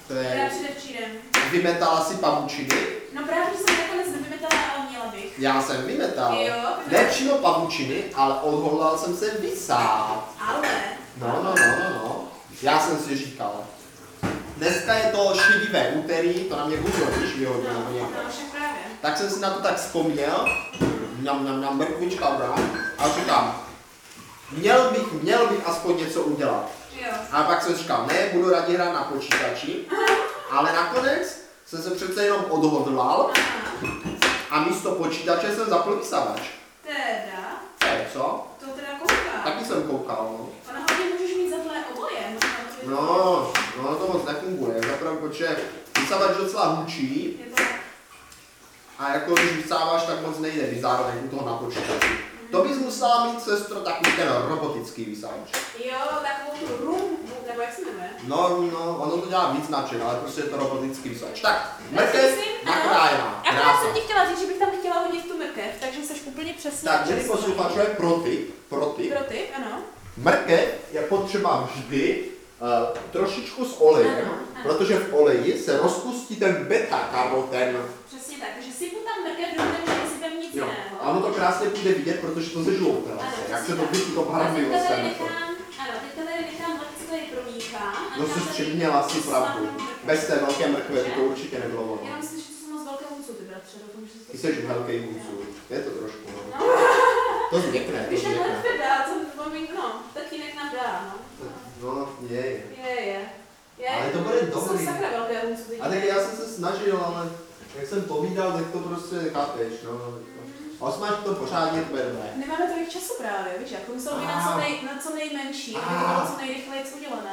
To je... Teda předevčírem. Vymetala si pavučiny? No právě, že jsem nakonec nevymetala, ale měla bych. Já jsem vymetal. Jo, Ne přímo pavučiny, ale odhodlal jsem se vysát. Ale. No. Já jsem si říkal. Dneska je to šedivé úterý, to na mě Google, když vyhodil nebo někdo. No, však právě. Tak jsem si na to tak vzpomněl, mňam, mrkvička brám, a říkám, měl bych aspoň něco udělat. Jo. A pak jsem říkal, ne, budu raději hrát na počítači, ale nakonec jsem se přece jenom odhodlal a místo počítače jsem zapl vysavač. Teda? Co? To teda kouká. Taky jsem koukal, no. Ona hodně můžeš mít zaplé oboje. No, to moc nefunguje, zapravo, protože vysavač docela hučí a jako když vysáváš, tak moc nejde zároveň u toho na počítači. To bys musela mít, sestro, takový ten robotický vysavač. Jo, takovou tu rumbu, nebo jak se jmenuje? No, ono to dělá víc značek, ale prostě je to robotický vysavač. Tak, mrkev nakrájená. Já jsem ti chtěla říct, že bych tam chtěla hodit tu mrkev, takže jsi úplně přesně. Tak, milí posluchačové, pro tip, ano. Mrkev je potřeba vždy trošičku s olejem, Ano. protože v oleji se rozpustí ten beta-karoten. Přesně tak, takže sypu tam mrkev do toho, že nesypem nic Jo. jiného. A ono to krásně půjde vidět, protože to zežlouté vlastně. Jak se to vypí, to barvivost ten to. Ano, teď tady nechám tady promíchám. No jsi měla si pravdu. Bez té velké mrkve by to určitě nebylo ono. Já myslím, že to jsou moc velké huncu, ty bratře, doufám, že Ty jsi velký huncu. Je to trošku, no. To změkne, to Když je změkne. mrkve dá, co mamink, no, tatínek nám dá, no. No, je. Ale to bude dobrý. To jsou sakra velké huncu. A tak já jsem se snažil, ale jak jsem povídal, tak to prostě chápeš, no. A osmáš to pořádně, to bude dobré. Nemáme tolik času právě, víš, jako muselo být na co nejmenší, aby to bylo co nejrychleji udělané.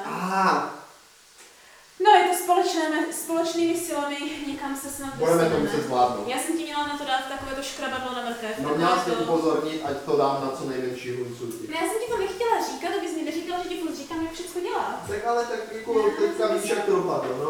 No, je to společnými silami, někam se snad dostaneme. Budeme to muset zvládnout. Já jsem ti měla na to dát takovéto škrabadlo na mrkev. No, měla jsi upozornit, ať to dám na co nejmenší huncu. Ne, já jsem ti to nechtěla říkat, abys mi neříkala, že ti furt říkám, jak všechno dělat. Tak ale tak jako teďka víš, jak to dopadlo, no.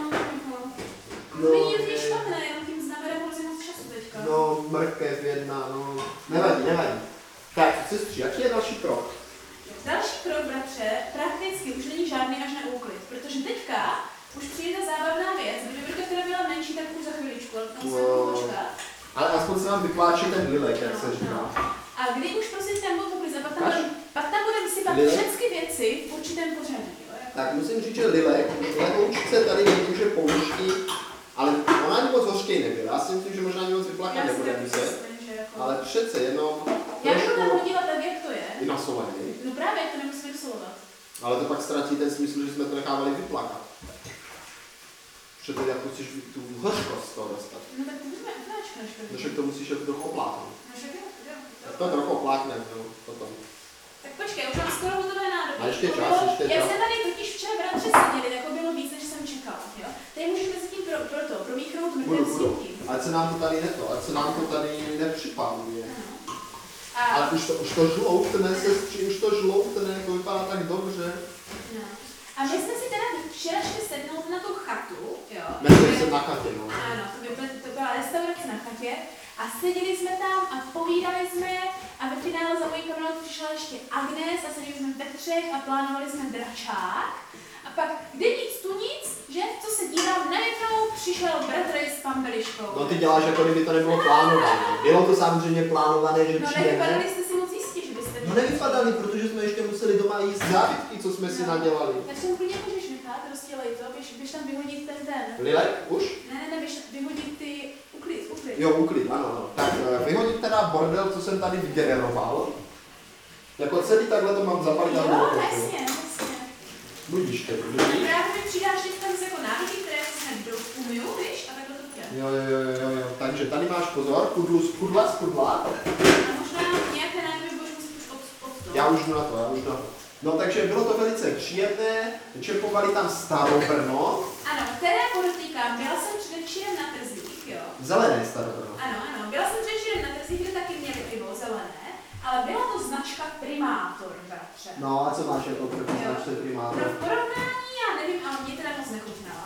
No, není to špatné, jenom tím znamená hrozně moc času teďka. No, mrkev jedna, no. Nevadí. Tak, sestři, jaký je další krok? Další krok, bratře, prakticky už není žádný až na úklid, protože teďka už přijde ta zábavná věc, kdyby Brka teda byla menší, tak už za chviličku, ale tam se počkat. Ale aspoň se nám vypláče ten lilek, jak se říká. A když už prostě ten bod uklidze, pak tam budeme sypat všechny věci v určitém pořadí. Tak musím říct, že lilek, lehoučce tady nemůže pouštit, ale ona ani moc hořkej nebyla. Já si myslím, že možná ani moc vyplakat nebude muset. Ale přece jenom já bych to tam hodila tak, jak to je. I nasolení. No právě, jak to nemusíme dosolovat. Ale to pak ztratí ten smysl, že jsme to nechávali vyplakat. Že to jako chceš tu hořkost z toho dostat. No tak to můžeme opláčka, než to. No však to musíš jako trochu opláknout. No však jo. To trochu oplákneme, no, potom. Tak počkej, už mám skoro hotové nádoby. A ještě čas. Já jsem tady totiž včera bratře seděli, jako bylo víc, než jsem čekala, jo. Tady můžeš mezi tím promíchnout mrkev s tím. Ať se nám to tady nepřipáluje. A... Ale už to žloutne, sestři, to vypadá tak dobře. No. A my jsme si teda včera šli sednout na tu chatu, jo. Jmenuje se na chatě, no. Ano, to byla restaurace na chatě. A seděli jsme tam a povídali jsme a ve finále za mojí kamarádku přišla ještě Agnes a seděli jsme ve třech a plánovali jsme dračák. A pak, kde nic tu nic, že co se dívám, najednou přišel bratr s Pampeliškou. No ty děláš, jako kdyby to nebylo plánované. Bylo to samozřejmě plánované, že no, přijeme. No nevypadali jste si moc jistí, že byste... No nevypadali, protože jsme ještě museli doma jíst závitky, co jsme si nadělali. Tak si úplně můžeš nechat, rozdělej to, běž tam vyhodit ten. Lilek, už? Ne, běž vyhodit ty uklid. Jo, uklid, ano. Tak vyhodit teda bordel, co jsem tady vygeneroval. Jako celý takhle to mám zapalit na Jo, jasně. Budíš tedy, Právě mi přidáš tam jako návyky, které si hned umyju, víš, a takhle to bude. Jo. Takže tady máš pozor, kudla. A možná nějaké návyky budeš muset už od toho. Já už jdu na to. No takže bylo to velice příjemné, čepovali tam Starobrno. Ano, které podotýkám, byla jsem předevčírem na trzích, jo. Zelené Starobrno. Ano, byla jsem předevčírem na trzích, kde taky měli pivo zelené, ale byla to značka Primátor, bratře. No a co máš jako první značce Primátor? No v porovnání, já nevím, ale mě teda moc nechutnala.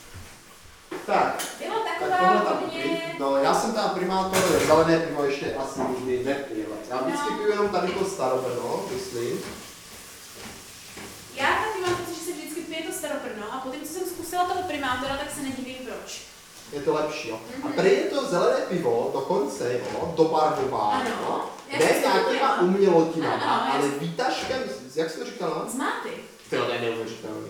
Tak. Bylo taková hodně... No já jsem tam Primátor zelené pivo ještě asi nikdy nepil. Já vždycky piju jenom tady to Starobrno, myslím. Já taky mám pocit, že se vždycky pije to Starobrno a potom, co jsem zkusila toho primátora, tak se nedivím proč. Je to lepší, jo. A prý je to zelené pivo, dokonce, jo, dobarvováno, ne nějakýma umělotinama, ale výtažkem, jak jsi to říkala? Z máty. To je neuvěřitelný.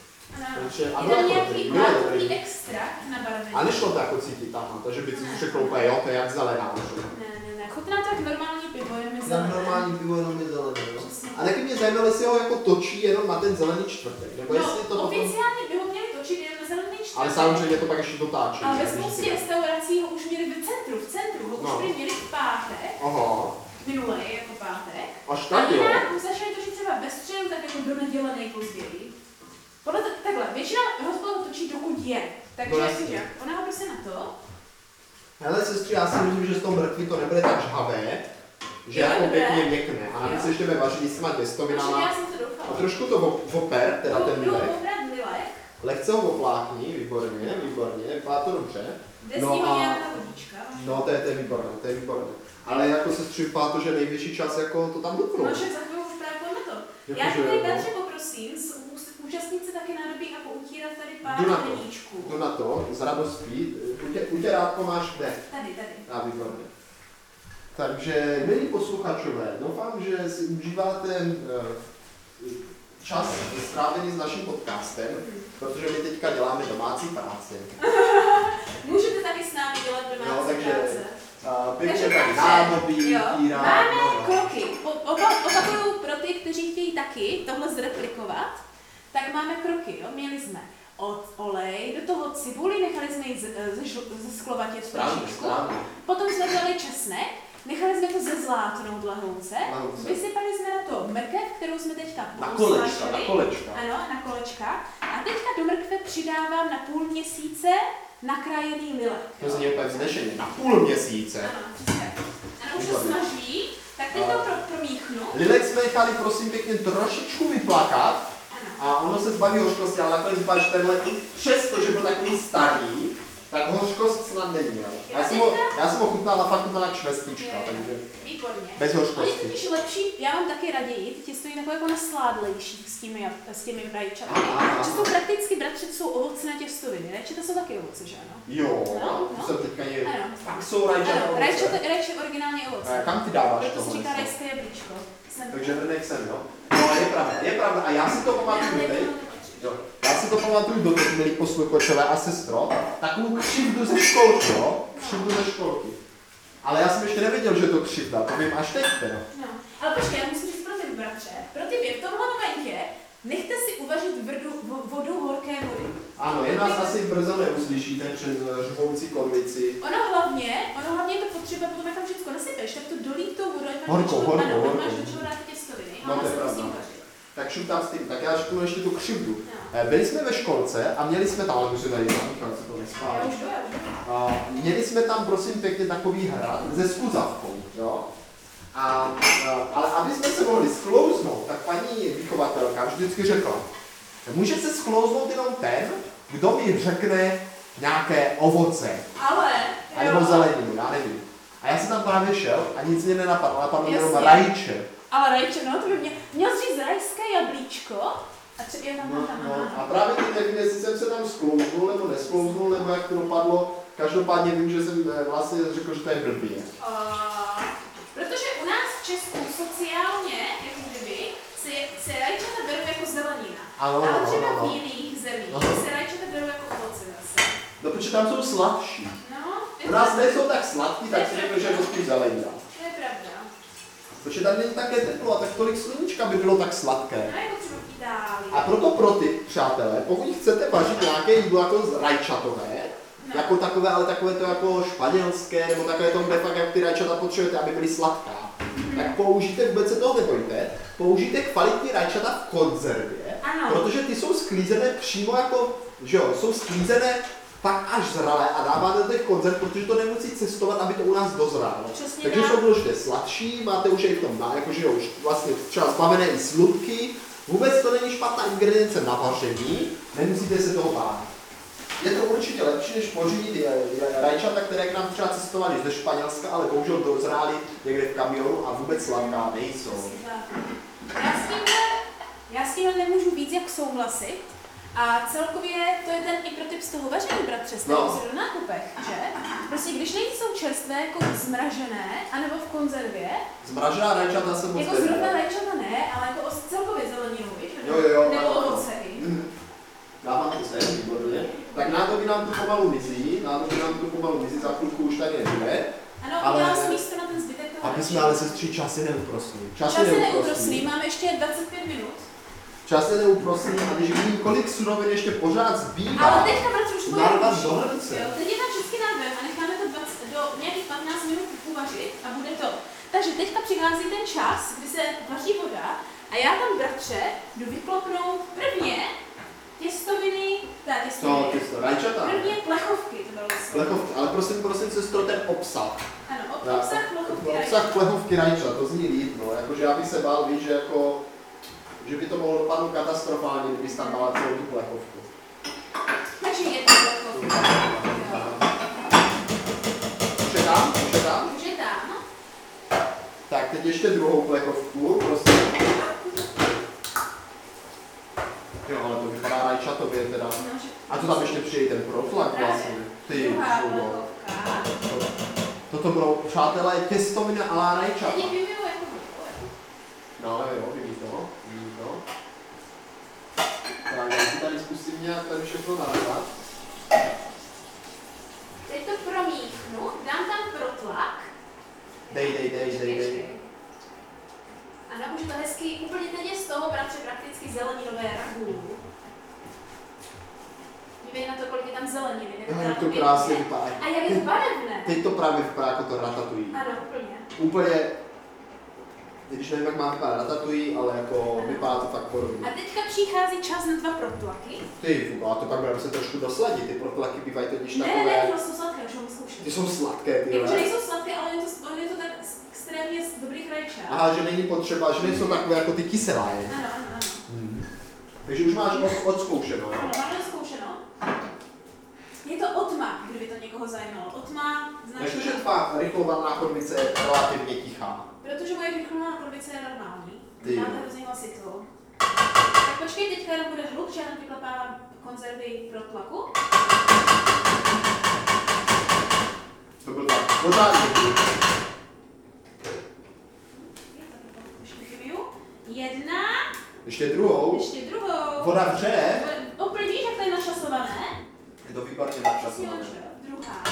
Je tam nějaký mátový extrakt na barvení. A nešlo to jako cítit tam, takže by si řekl úplně, jo, to je jak zelená. Ne, chutná to jak normální pivo, jenom je zelené. Normální pivo, jenom je zelené, jo. A taky mě zajímalo, jestli ho jako točí jenom na ten zelený čtvrtek, nebo jestli to oficiálně by ho měli točit jenom na zelený čtvrtek. Ale samozřejmě to pak ještě dotáčí. Ale ve spoustě restaurací ho už měli v centru, ho už měli v pátek. Aha. Minulej jako pátek. Až tak, jo. A jinak začali točit třeba ve středu, tak jako do neděle nejpozději. Podle takhle, většina hospodů točí dokud je. Takže jakože, ona ho prostě na to. Hele sestři, já si myslím, že z toho mrkví to nebude tak žhavé, že jako pěkně měkne. A navíc ještě ve vaření s těma těstovinama. A trošku to oper, teda ten milek. Lehce ho opláchni, výborně, vypadá to dobře. No a nějaká vodička. No to je výborné. Ale jako sestři, vypadá to, že největší čas jako to tam dotknout. No však za chvíli už právě pojďme to. Já tady Petře poprosím, účastníci taky nádobí a poutírat tady pár hliníčků. Jdu na to, z radostí. Utěrátko máš kde? Tady. A výborně. Takže, milí posluchačové, doufám, že si užíváte čas strávený s naším podcastem, protože my teďka děláme domácí práci. Můžete taky s námi dělat domácí práce. Pěkně tady nádobí, máme kroky. Opakuju pro ty, kteří chtějí taky tohle zreplikovat, tak máme kroky. Jo? Měli jsme olej, do toho cibuli, nechali jsme ji zesklovatit v trošičku, potom jsme dali česnek, nechali jsme to zezlátnout lahouce, vysypali jsme na to mrkev, kterou jsme teďka na kolečka. Ano, na kolečka. A teďka do mrkve přidávám na půl měsíce nakrájený lilek. To zní úplně vznešeně, na půl měsíce. Ano, přesně. Ano, už to smaží, tak teď to promíchnu. Lilek jsme nechali prosím pěkně trošičku vyplakat. A ono se zbaví hořkosti, ale nakonec vypadá, že tenhle, přesto, že byl takový starý, tak hořkost snad neměl. Já jsem ho chutnal a fakt chutnal jak švestnička, takže výborně. Bez hořkosti. On je totiž lepší, já mám taky raději, ty těsto je takové jako nasládlejší s těmi rajčaty. Že jsou prakticky bratři, to jsou ovocné těstoviny, rajčata jsou taky ovoce, že ano? Jo, to jsem teďka je, fakt jsou rajčata ovoce. Rajče originálně ovoce. Kam ty dáváš to? To se říká rajské jablíčko. Takže vrnek sem, jo? No, je pravda. A já si to pamatuju doteď. Já si to pamatuju doteď, milí posluchačové a sestro, takovou křivdu ze školky, jo? Křivdu ze školky. Ale já jsem ještě nevěděl, že to křivda, to vím až teď teda. No, ale počkej, já musím říct pro ty bratře, pro ty v tomhle momentě nechte si uvařit vodu horké vody. Ano, je nás asi brzo neuslyšíte přes žvoucí konvici. Ono hlavně je to potřeba, potom jak tam všechno nasypeš, tak to dolít tou vodou, horkou. máš do čeho dát ty těstoviny. No to je pravda. Tak šutám s tím, tak já řeknu ještě tu křivdu. No. Byli jsme ve školce a měli jsme tam, ale musím tady se to nespálí. Měli jsme tam prosím pěkně takový hrad se skuzavkou, jo. Ale aby jsme se mohli sklouznout, tak paní vychovatelka vždycky řekla, může se sklouznout jenom ten, kdo mi řekne nějaké ovoce. A nebo zeleninu, já nevím. A já jsem tam právě šel a nic mě nenapadlo, napadlo jenom rajče. Ale rajče, no, to by měl říct rajské jablíčko a třeba je tam. A právě teď nevím, jestli jsem se tam sklouznul nebo nesklouznul, nebo jak to dopadlo. Každopádně vím, že jsem vlastně řekl, že to je blbě. Protože u nás v Česku sociálně, jako kdyby, se rajčata berou jako zelenina. Ale třeba v jiných zemích se rajčata berou jako ovoce zase. No, protože tam jsou sladší. No, u nás nejsou tak sladký, tak si řekl, že je to spíš zelenina. To je pravda. Protože tam není také teplo a tak tolik sluníčka by bylo tak sladké. No, jako třeba v Itálii. A proto pro ty, přátelé, pokud chcete vařit nějaké jídlo jako rajčatové, jako takové, ale takové to jako španělské, nebo takové to, kde fakt jak ty rajčata potřebujete, aby byly sladká, tak použijte, vůbec se toho nebojte, použijte kvalitní rajčata v konzervě, protože ty jsou sklízené přímo jako, že jo, jsou sklízené pak až zralé a dáváte do těch konzerv, protože to nemusí cestovat, aby to u nás dozrálo. Takže jsou vložité sladší, máte už i v tom, jakože už vlastně třeba zbavené i slupky, vůbec to není špatná ingredience na vaření, nemusíte se toho bát. Je to určitě lepší, než pořídit rajčata, které k nám třeba cestovaly ze Španělska, ale bohužel dozrály někde v kamionu a vůbec sladká nejsou. Já s tímhle nemůžu víc jak souhlasit, A celkově to je ten i pro typ z toho vaření, bratře, z do nákupech, že? Prostě když nejsou čerstvé, jako zmražené, anebo v konzervě. Zmražená rajčata se moc jako zrovna rajčata ne, ale jako celkově zeleninu, víš? Jo, nebo ovoce. Dávám to sem, výborně. Tak nádoby nám tu pomalu mizí, za chvilku už tady nebude. Ano, udělám si místo na ten zbytek toho. Aby jsme ale sestří čas je neúprosný. Čas je neúprosný, máme ještě 25 minut. Čas je neúprosný a když vidím, kolik surovin ještě pořád zbývá, ale teďka, bratře, už narvat do hrnce. Jo, teď je tam český náběh a necháme to do nějakých 15 minut uvařit a bude to. Takže teďka přichází ten čas, kdy se vaří voda a já tam, bratře, jdu vyklopnout prvně těstoviny, rajčata. Prvně plechovky, to bylo plechovky, ale prosím, sestro, ten obsah. Ano, obsah plechovky rajčat. Obsah plechovky rajčat, to zní líp, no, jakože já bych se bál, víš, že jako, že by to mohlo dopadnout katastrofálně, kdyby tam dala celou tu plechovku. Takže je to plechovka. Už je tam? Tak, teď ještě druhou plechovku, prosím. Jo, ale to vypadá rajčatově teda. A to tam ještě přijde ten protlak vlastně. Ty toto bylo, přátelé, těstoviny a la rajčata. No jo, vidí to. Tak já si tady zkusím nějak tady všechno narvat. Teď to promíchnu, dám tam protlak. Dej. Ano, už to hezky, úplně teď je z toho, bratře, prakticky zeleninové ragu. Dívej na to, kolik je tam zeleniny. Jak to krásně vypadá. A jak je to barevné. Teď to právě vypadá jako to ratatouille. Ano, úplně. Úplně, když nevím, jak má vypadat ratatouille, ale jako ano. Vypadá to fakt podobně. A teďka přichází čas na 2 protlaky. Ty, a to pak budeme se trošku dosladit, ty protlaky bývají totiž takové... Ne, ty jsou sladké, už mám zkoušet. Ty jsou sladké, ty jakože nejsou sladké, ale je to tak extrémně z dobrých rajčat. Aha, že není potřeba, že nejsou takové jako ty kyselé. Ano. Takže už máš odzkoušeno, jo? Ano, máme odzkoušeno. Je to otma, kdyby to někoho zajímalo. Otma znamená... Jak to, že tvá rychlovaná chodbice je relativně tichá? Protože moje rychlovaná chodbice je normální. Ty. Máte hrozně hlasitou. Tak počkej, teďka jenom bude hluk, že já tam vyklepávám konzervy pro tlaku. To byl tak pořádně hluk. Jedna. Ještě druhou. Voda vře. Úplně víš, jak to je našasované? Je to výborně načasované. Druhá.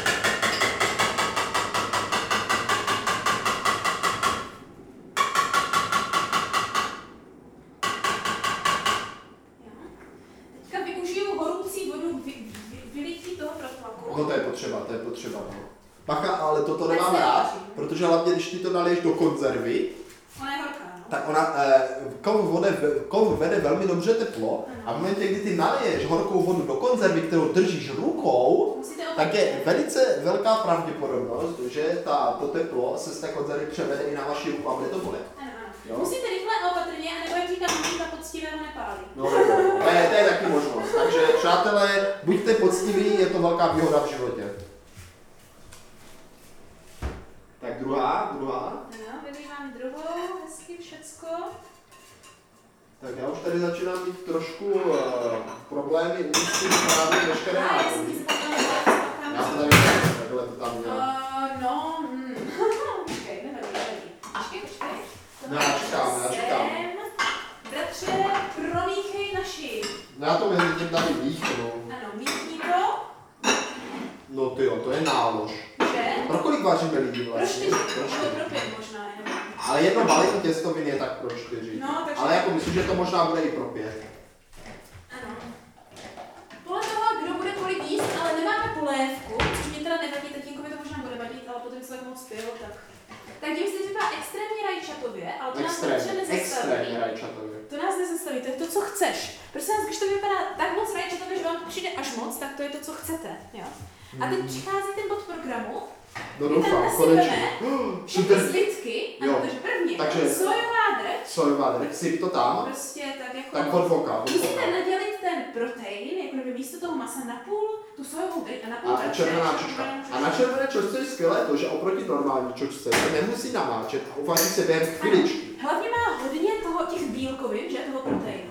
Teďka využiju horoucí vodu vylití toho protlaku. No to je potřeba, no. Bacha, ale toto nemám rád, protože hlavně, když ti to naliješ do konzervy, ona je horká, no? Tak ona, kov vede velmi dobře teplo a v momentě, kdy ty naliješ horkou vodu do konzervy, kterou držíš rukou, tak je velice velká pravděpodobnost, že to teplo se z té konzervy převede i na vaši ruku a bude to bolet. Ano. Musíte rychle a opatrně, anebo jak říkám, ta poctivého nepálí. No, to je taky možnost. Takže přátelé, buďte poctiví, je to velká výhoda v životě. Tak druhá. Ano, vylívám druhou, hezky všecko. Tak já už tady začínám mít trošku problémy umístit právě veškeré nápojí. Já to tady takhle to tam měl. Počkej, nevadí. Počkej. Já čekám. Bratře, promíchej naši. Já to mezi tím tady míchnu. Ano, míchni to. No tyjo, to je nálož. Že? Pro kolik vaříme lidí vlastně? Pro 5 možná, nevím. Ale jedno balení těstovin je tak pro 4. No, takže... Ale jako myslím, že to možná bude i pro 5. Ano. Podle toho, kdo bude kolik jíst, ale nemáme polévku, což mě teda nevadí, tatínkovi to možná bude vadit, ale potom se tak moc pil, tak... Tak tím se říká extrémně rajčatově, ale to nás nezastaví. Extrémně rajčatově. To nás nezastaví, to je to, co chceš. Prostě nás, když to vypadá tak moc rajčatově, že vám přijde až moc, tak to je to, co chcete, jo? A teď přichází ten bod programu, no doufám, konečně. všechny zbytky, ano, takže první, sojová drť, syp to tam, prostě tak jako... Tak od voka. Musíte nadělit ten protein, jako kdyby místo toho masa na půl, tu sojovou drť a na půl červená čočka. A na červené čočce je skvělé to, že oproti normální čočce se nemusí namáčet a uvaří se během chviličky. Hlavně má hodně těch bílkovin, že toho proteinu.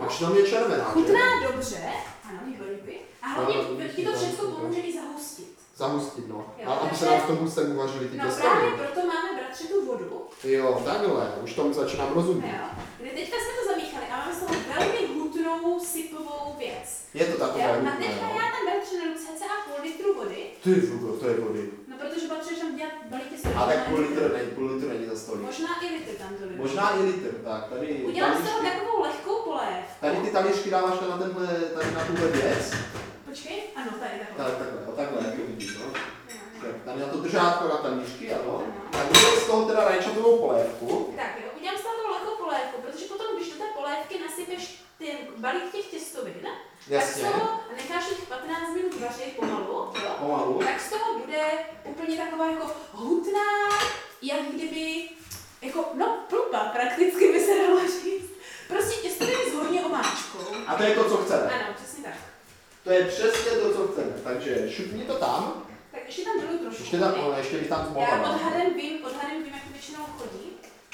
Až tam je červená, chutná dobře, ano, děkuji. A hlavně ti to všechno pomůže i zahustit. Zahustit, no. Jo, A aby se nám v tom hustém uvařili ty těstoviny. No právě proto máme, bratře, tu vodu. Jo, takhle, už tomu začínám rozumět. Jo, kdy teďka jsme to zamíchali a máme z toho velmi hutnou sypovou věc. Je to takové hutné, hutné, a teďka já tam beru třeba cca půl litru vody. Ty fuko, to je vody. No protože potřebuješ tam dělat balíky z A tak půl litr není za stolik. Možná i litr tam to jde. Možná i litr, tak tady... Udělám z toho takovou lehkou polévku. Tady ty talířky dáváš na tenhle, tady na tuhle věc. Počkej, ano, tady takhle. Takhle, jak to vidíš, no. Tady na to držátko na talířky, ano. Tak udělám z toho teda rajčatovou polévku. Tak jo, udělám z toho tu lehkou polévku, protože potom, když do té polévky nasypeš ten balík těch těstovin, Jasně. tak z toho necháš jich 15 minut vařit pomalu, tak z toho bude úplně taková jako hutná, jak kdyby, jako, no plupa prakticky by se dalo říct. Prostě těstoviny s hodně omáčkou. A to je to, co chceme. Ano, přesně tak. To je přesně to, co chceme. Takže šupni to tam. Tak ještě tam dolů trošku. Ještě bych tam zmohla. Já odhadem vím, jak to většinou chodí.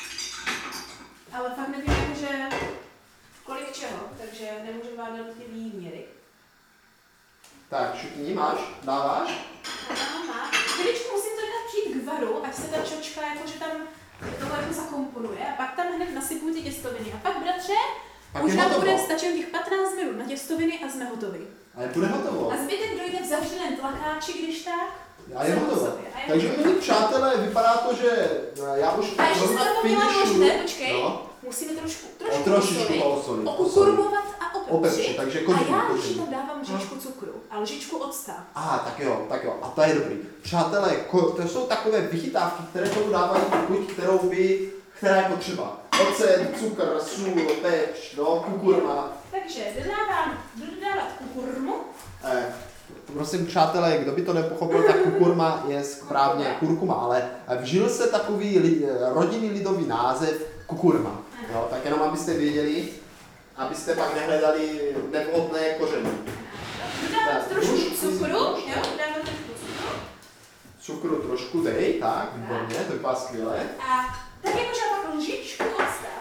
Ale fakt nevím, jakože kolik čeho, takže nemůžu vám dát ty výměry. Tak, šupni máš? Dáváš? Ano, má. Chviličku musím to nechat přijít k varu, až se ta čočka jakože tam tohle jako zakomponuje a pak tam hned nasypuju ty těstoviny. A pak, bratře, už nám bude stačit těch 15 minut na těstoviny a jsme hotovi. A je bude hotovo. A zbytek dojde v zavřeném tlakáči, když tak. A je hotovo. Takže milí přátelé, vypadá to, že já už a ještě se zapomněla možné, počkej. No. Musíme trošku osolit. Okurmovat a opepřit. Takže a já už tam dávám lžičku cukru a lžičku octa. Tak jo. A to je dobrý. Přátelé, to jsou takové vychytávky, které tomu dávají chuť, která je potřeba. Ocet, cukr, sůl, pepř, kukurma. Takže dodávat kukurmu. Prosím, přátelé, kdo by to nepochopil, tak kukurma je správně kurkuma, ale vžil se takový rodinný lidový název kukurma. Jo, tak jenom abyste věděli, abyste pak nehledali nevhodné kořeny. Dodávat trošku cukru, jo, dodávat trošku cukru. Cukru trošku dej, tak, výborně, to vypadá skvěle. A tak jakože pak lžičku octa.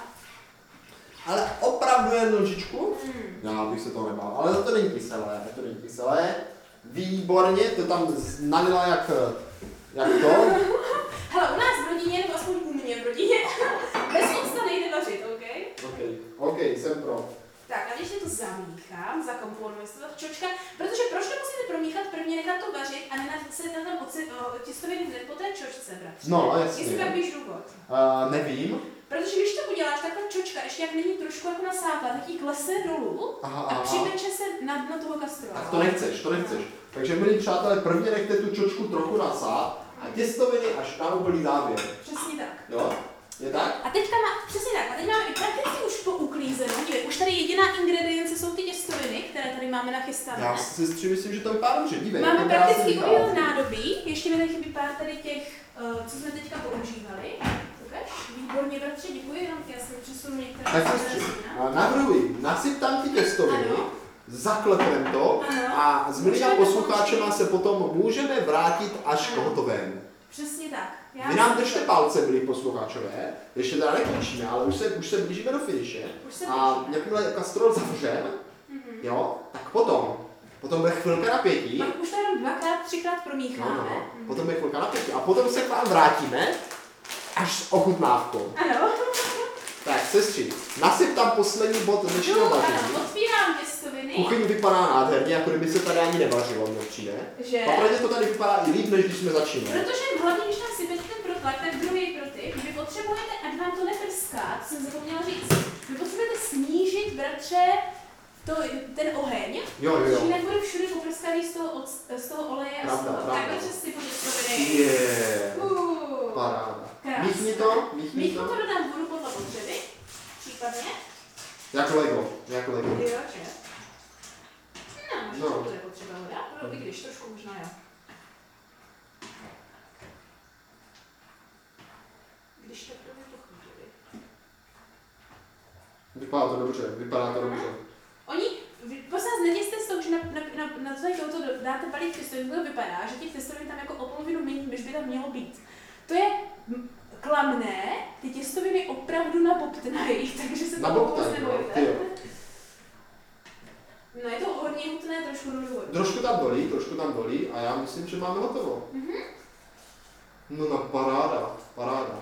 Ale opravdu jen lžičku? Já bych se toho nebál, ale to není kyselé, Výborně, to tam nalila jak to. Hele, u nás v rodině, nebo aspoň u mě v rodině, bez octa nejde vařit, OK? OK, jsem pro. Tak a když to zamíchám, zakomponuji se to čočka, protože proč to musíte promíchat, prvně nechat to vařit a nenacet na tam těstoviny hned po té čočce, bratře. No, jasně. Jestli tak víš důvod. Nevím. Protože když to uděláš, tak ta čočka, ještě jak není trošku jako nasáklá, tak jí klesne dolů a připeče se na dno toho kastrolu. Tak to nechceš. Takže milí přátelé, prvně nechte tu čočku trochu nasát a těstoviny až na úplný závěr. Přesně tak. Jo? Je tak? A teďka přesně tak, a teď máme i prakticky už pouklízeno. Dívej, už tady jediná ingredience jsou ty těstoviny, které tady máme nachystané. Já si myslím, že to vypadá dobře, dívej. Máme prakticky udělat nádobí, ještě mi tady chybí pár tady těch, co jsme teďka používali. Výborně, bratře, děkuji, jenom já jsem přesunu některé. Tak navrhuji, nasyp tam ty těstoviny, zaklepem to a s milými posluchačema se potom můžeme vrátit až k hotovému. Přesně tak. Vy nám držte palce, milí posluchačové, ještě teda nekončíme, ale už se blížíme do finiše. A jakmile kastrol zavřeme, jo, tak potom bude chvilka napětí. Pak už to jenom 2x, 3x promícháme. Potom bude chvilka napětí a potom se k vám vrátíme až s ochutnávkou. Ano. Tak, sestři, nasyp tam poslední bod dnešního vaření. Ano, otvírám těstoviny. Kuchyň vypadá nádherně, jako kdyby se tady ani nevařilo, mně přijde. Papravdě to tady vypadá i líp, než když jsme začínali. Protože hlavně, když tam sypete ten protlak, tak druhý protip, vy potřebujete, ať vám to neprská, co jsem zapomněla říct, vy potřebujete snížit, bratře, ten oheň, protože jinak bude všude poprskaný z toho oleje a z toho. Takhle přes ty těstoviny. Paráda. Míchni to. Dodám vodu podle potřeby, případně. Jako Lego. Jo, že? No, to bude potřeba voda, no, i když trošku možná jo. Když tak to vypochůžili. Vypadá to dobře. Oni, prosím vás, neděste z toho, že na toto dáte balík těstovin, to vypadá, že těch těstovin tam jako o polovinu méně, než by tam mělo být. To je klamné, ty těstoviny opravdu nabobtnají, takže se to vůbec nebojte. No je to hodně hutné, trošku dolů. Trošku tam dolí a já myslím, že máme hotovo. No paráda.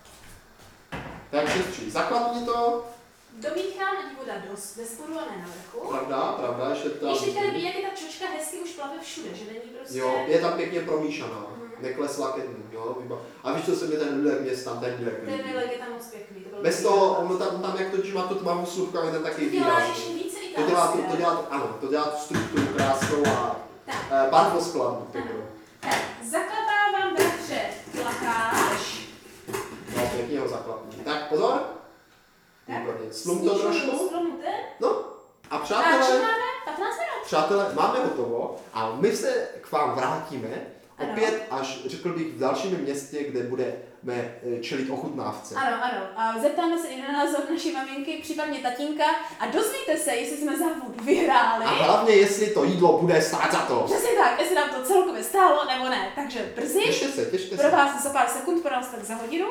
Tak sestří, zaklapni to. Domíchám, ať voda dost ve spodu a ne na vrchu. Pravda, ještě tam. Ještě tady vidí, jak je ta čočka hezky už plave všude, že není prostě... Jo, je tam pěkně promíšaná. Neklesla ke dnu, jo. A víš, co se mi ten lilek měst tam, ten lilek líbí. Ten lilek je tam moc pěkný. Bez toho, ono tam jak totiž má tu tmavou slupku, ale ten taky výrazný. To dělá ještě více italské. To dělá tu strukturu krásnou a barvoskladnou. Tak, zaklapávám bratře lakáž. No, pěkně ho zaklapní. Tak pozor. Výborně. Slum to trošku. No. A přátelé, 15 minut. Přátelé, máme hotovo a my se k vám vrátíme opět až, řekl bych, v dalším městě, kde budeme čelit ochutnávce. Ano. A zeptáme se i na názor naší maminky, případně tatínka a dozvíte se, jestli jsme závod vyhráli. A hlavně, jestli to jídlo bude stát za to. Přesně tak, jestli nám to celkově stálo nebo ne. Takže brzy. Těšte se. Pro vás za pár sekund, pro nás tak za hodinu.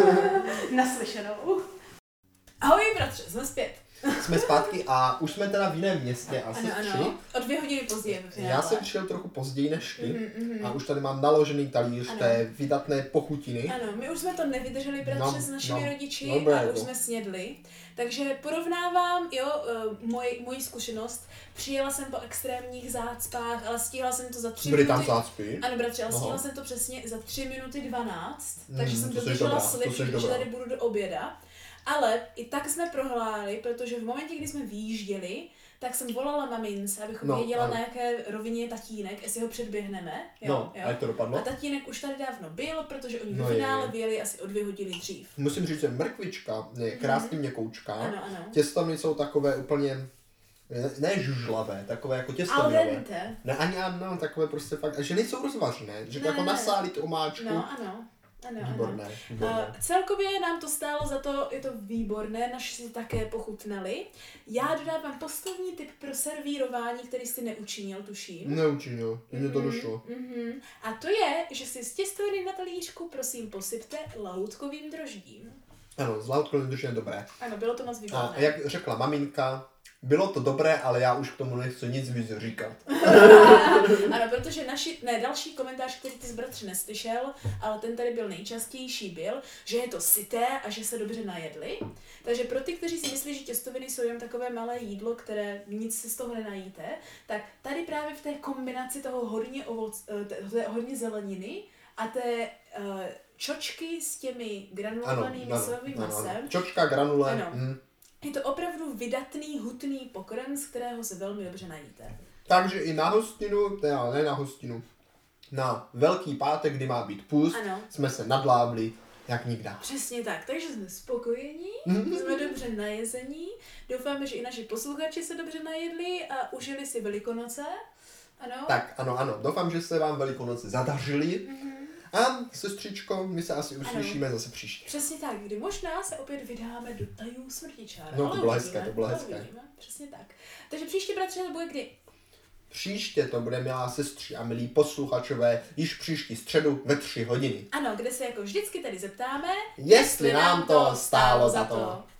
Naslyšenou. Ahoj bratře, jsme zpět. Jsme zpátky a už jsme teda v jiném městě asi Ano. O 2 hodiny později. Já jsem přišel trochu později než ty a už tady mám naložený talíř té vydatné pochutiny. Ano, my už jsme to nevydrželi, bratře, s našimi rodiči a už jsme snědli. Takže porovnávám, moji zkušenost. Přijela jsem po extrémních zácpách, ale stihla jsem to za 3 minuty. Byly tam zácpy? Ano, bratře, ale stihla jsem to přesně za 3 minuty 12, takže jsem dodržela slib, že tady budu do oběda. Ale i tak jsme prohráli, protože v momentě, kdy jsme vyjížděli, tak jsem volala mamince, abychom věděla, na jaké rovině je tatínek, jestli ho předběhneme. Jo. A jak to dopadlo? A tatínek už tady dávno byl, protože oni v finále vyjeli asi o 2 hodiny dřív. Musím říct, že mrkvička je krásně měkoučká. Ano. Těstovny jsou takové úplně, ne žužlavé, takové jako těstovňové. Al dente. Ne, ani takové prostě fakt, že nejsou rozvařené, že jako nasálit omáčku. Ano. Výborné. Celkově nám to stálo za to, je to výborné, naši si také pochutnali. Já dodávám poslední tip pro servírování, který jsi neučinil, tuším. Neučinil, mně to došlo. A to je, že si z těstoviny na talířku prosím posypte lahůdkovým droždím. Ano, z lahůdkovým droždím je dobré. Ano, bylo to moc výborné. A jak řekla maminka, bylo to dobré, ale já už k tomu nechci nic víc říkat. Ano, protože další komentář, který ty z bratře neslyšel, ale ten tady byl nejčastější, byl, že je to syté a že se dobře najedli. Takže pro ty, kteří si myslí, že těstoviny jsou jen takové malé jídlo, které nic si z toho nenajíte, tak tady právě v té kombinaci toho hodně zeleniny a té čočky s těmi granulovanými sojovým masem. Čočka, granule. Ano. Je to opravdu vydatný, hutný pokrm, z kterého se velmi dobře najíte. Takže i na hostinu, teda ne na hostinu, na Velký pátek, kdy má být půst, jsme se nadlávli jak nikdy. Přesně tak, takže jsme spokojení, jsme dobře najezení, doufáme, že i naši posluchači se dobře najedli a užili si Velikonoce. Ano? Tak, ano, doufám, že se vám Velikonoce zadařily. A sestřičko, my se asi uslyšíme zase příště. Přesně tak, kdy možná se opět vydáme do tajů smrtičára. No, to bylo hezké. Přesně tak. Takže příště, bratře, to bude kdy? Příště to bude, milá sestři a milí posluchačové, již příští středu ve 3 hodiny. Ano, kde se jako vždycky tedy zeptáme, jestli nám to stálo za to.